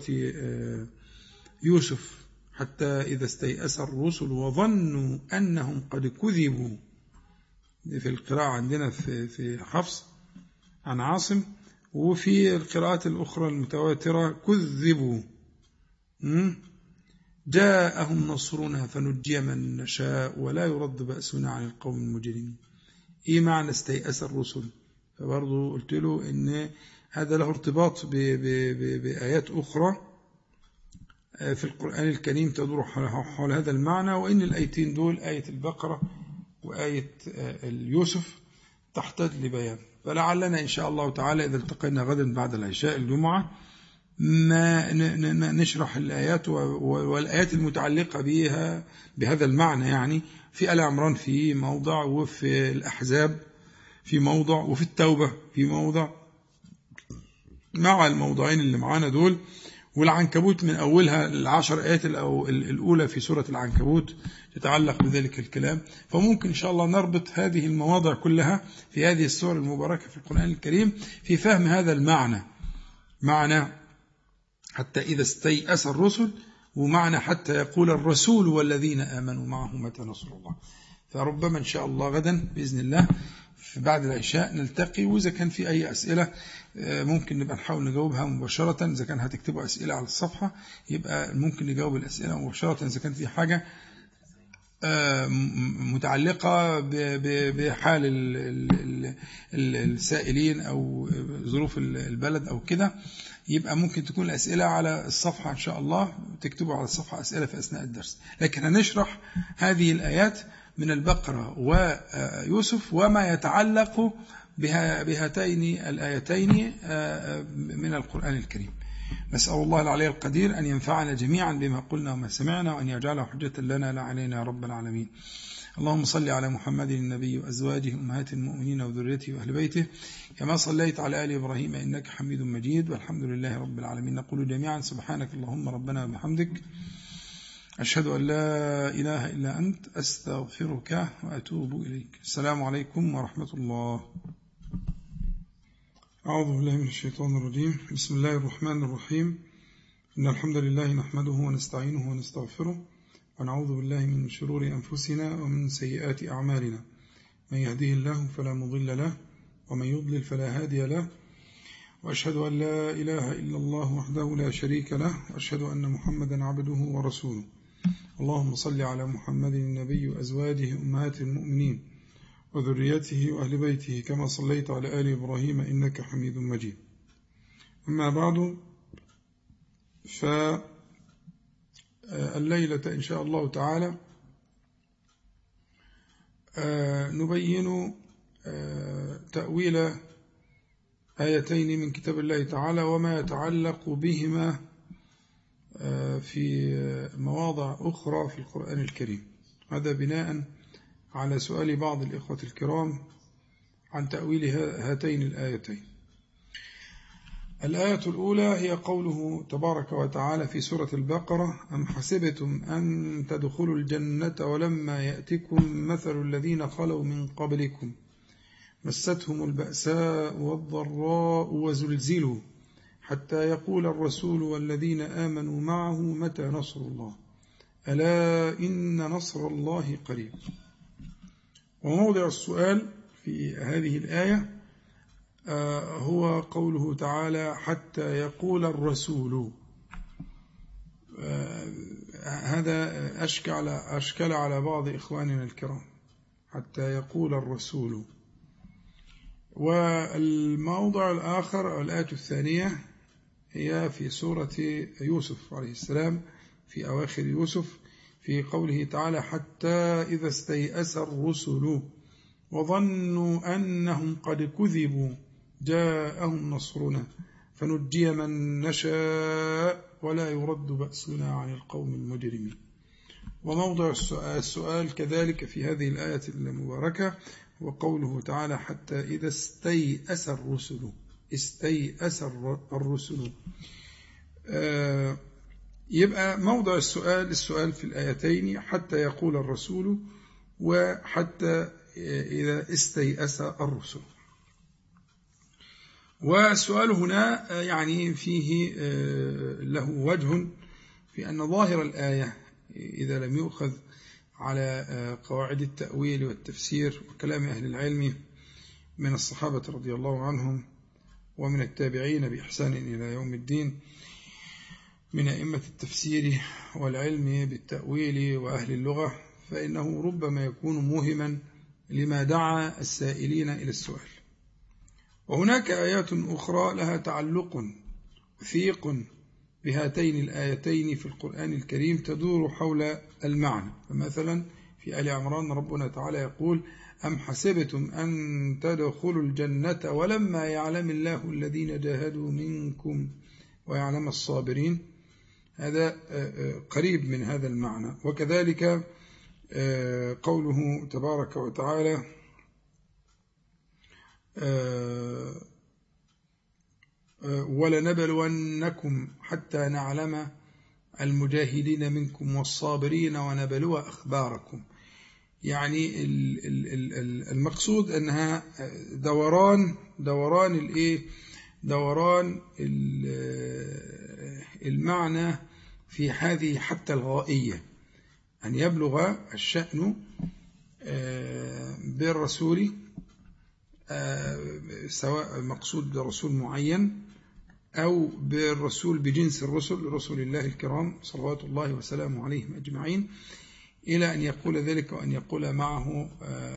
يوسف: حتى إذا استيأس الرسل وظنوا أنهم قد كذبوا. في القراءة عندنا في في حفص عن عاصم، وفي القراءات الأخرى المتواترة كذبوا جاءهم نصرنا فنجي من نشاء ولا يرد بأسنا عن القوم المجرمين. إيه معنى استيأس الرسل؟ فبرضو قلت له إن هذا له ارتباط بآيات أخرى في القرآن الكريم تدور حول هذا المعنى، وإن الآيتين دول آية البقرة وآية يوسف تحتاج لبيان. فلعلنا إن شاء الله تعالى إذا التقينا غدا بعد العشاء الجمعة ما نشرح الآيات والآيات المتعلقة بها بهذا المعنى، يعني في آل عمران في موضع، وفي الأحزاب في موضع، وفي التوبة في موضع، مع الموضوعين اللي معانا دول. والعنكبوت من أولها العشر آيات الأولى في سورة العنكبوت تتعلق بذلك الكلام، فممكن إن شاء الله نربط هذه المواضع كلها في هذه السور المباركة في القرآن الكريم في فهم هذا المعنى، معنى حتى إذا استيأس الرسل، ومعنى حتى يقول الرسول والذين آمنوا معه متى نصر الله. فربما إن شاء الله غدا بإذن الله بعد العشاء نلتقي، وإذا كان في أي أسئلة ممكن نبقى نحاول نجاوبها مباشرة. إذا كان هتكتبوا أسئلة على الصفحة يبقى ممكن نجاوب الأسئلة مباشرة، إذا كان في حاجة متعلقة بحال السائلين أو ظروف البلد أو كده، يبقى ممكن تكون الأسئلة على الصفحة إن شاء الله، تكتبوا على الصفحة أسئلة في أثناء الدرس. لكن هنشرح هذه الآيات من البقرة ويوسف وما يتعلق بهاتين الآيتين من القرآن الكريم. نسأل الله العلي القدير أن ينفعنا جميعا بما قلنا وما سمعنا، وأن يجعله حجة لنا لا علينا رب العالمين. اللهم صل على محمد النبي وأزواجه أمهات المؤمنين وذريته وأهل بيته كما صليت على آل إبراهيم إنك حميد مجيد، والحمد لله رب العالمين. نقول جميعا سبحانك اللهم ربنا وبحمدك، أشهد أن لا إله إلا أنت، أستغفرك وأتوب إليك. السلام عليكم ورحمة الله. أعوذ بالله من الشيطان الرجيم. بسم الله الرحمن الرحيم. إن الحمد لله نحمده ونستعينه ونستغفره، ونعوذ بالله من شرور أنفسنا ومن سيئات أعمالنا. من يهديه الله فلا مضل له، ومن يضلل فلا هادي له، وأشهد أن لا إله إلا الله وحده لا شريك له، وأشهد أن محمدا عبده ورسوله. اللهم صل على محمد النبي وأزواجه أمهات المؤمنين وذريته وأهل بيته كما صليت على آل إبراهيم إنك حميد مجيد. أما بعد، فالليلة إن شاء الله تعالى نبين تأويل آيتين من كتاب الله تعالى وما يتعلق بهما في مواضع أخرى في القرآن الكريم. هذا بناء على سؤال بعض الإخوة الكرام عن تأويل هاتين الآيتين. الآية الأولى هي قوله تبارك وتعالى في سورة البقرة: أم حسبتم أن تدخلوا الجنة ولما يأتكم مثل الذين خلوا من قبلكم مستهم البأساء والضراء وزلزلوا حتى يقول الرسول والذين آمنوا معه متى نصر الله ألا إن نصر الله قريب. وموضع السؤال في هذه الآية هو قوله تعالى: حتى يقول الرسول. هذا أشكل, أشكل على بعض إخواننا الكرام، حتى يقول الرسول. والموضع الآخر الآية الثانية هي في سورة يوسف عليه السلام في أواخر يوسف في قوله تعالى: حتى إذا استيأس الرسل وظنوا أنهم قد كذبوا جاءهم نصرنا فنجي من نشاء ولا يرد بأسنا عن القوم المجرمين. وموضع السؤال كذلك في هذه الآية المباركة وقوله تعالى: حتى إذا استيأس الرسل استيأس الرسل. آه يبقى موضع السؤال السؤال في الآيتين: حتى يقول الرسول وحتى إذا استيأس الرسل. والسؤال هنا يعني فيه له وجه في أن ظاهر الآية إذا لم يؤخذ على قواعد التأويل والتفسير وكلام أهل العلم من الصحابة رضي الله عنهم ومن التابعين بإحسان إلى يوم الدين من أئمة التفسير والعلم بالتأويل وأهل اللغة، فإنه ربما يكون موهما لما دعا السائلين إلى السؤال. وهناك آيات أخرى لها تعلق وثيق بهاتين الآيتين في القرآن الكريم تدور حول المعنى. فمثلا في آل عمران ربنا تعالى يقول: أم حسبتم أن تدخلوا الجنة ولما يعلم الله الذين جاهدوا منكم ويعلم الصابرين. هذا قريب من هذا المعنى. وكذلك قوله تبارك وتعالى: ولنبلونكم حتى نعلم المجاهدين منكم والصابرين ونبلو أخباركم. يعني المقصود أنها دوران دوران الإيه دوران المعنى في هذه حتى الغائية، أن يبلغ الشأن بالرسول، سواء مقصود برسول معين أو بالرسول بجنس الرسل رسول الله الكرام صلوات الله وسلامه عليهم أجمعين، إلى أن يقول ذلك وأن يقول معه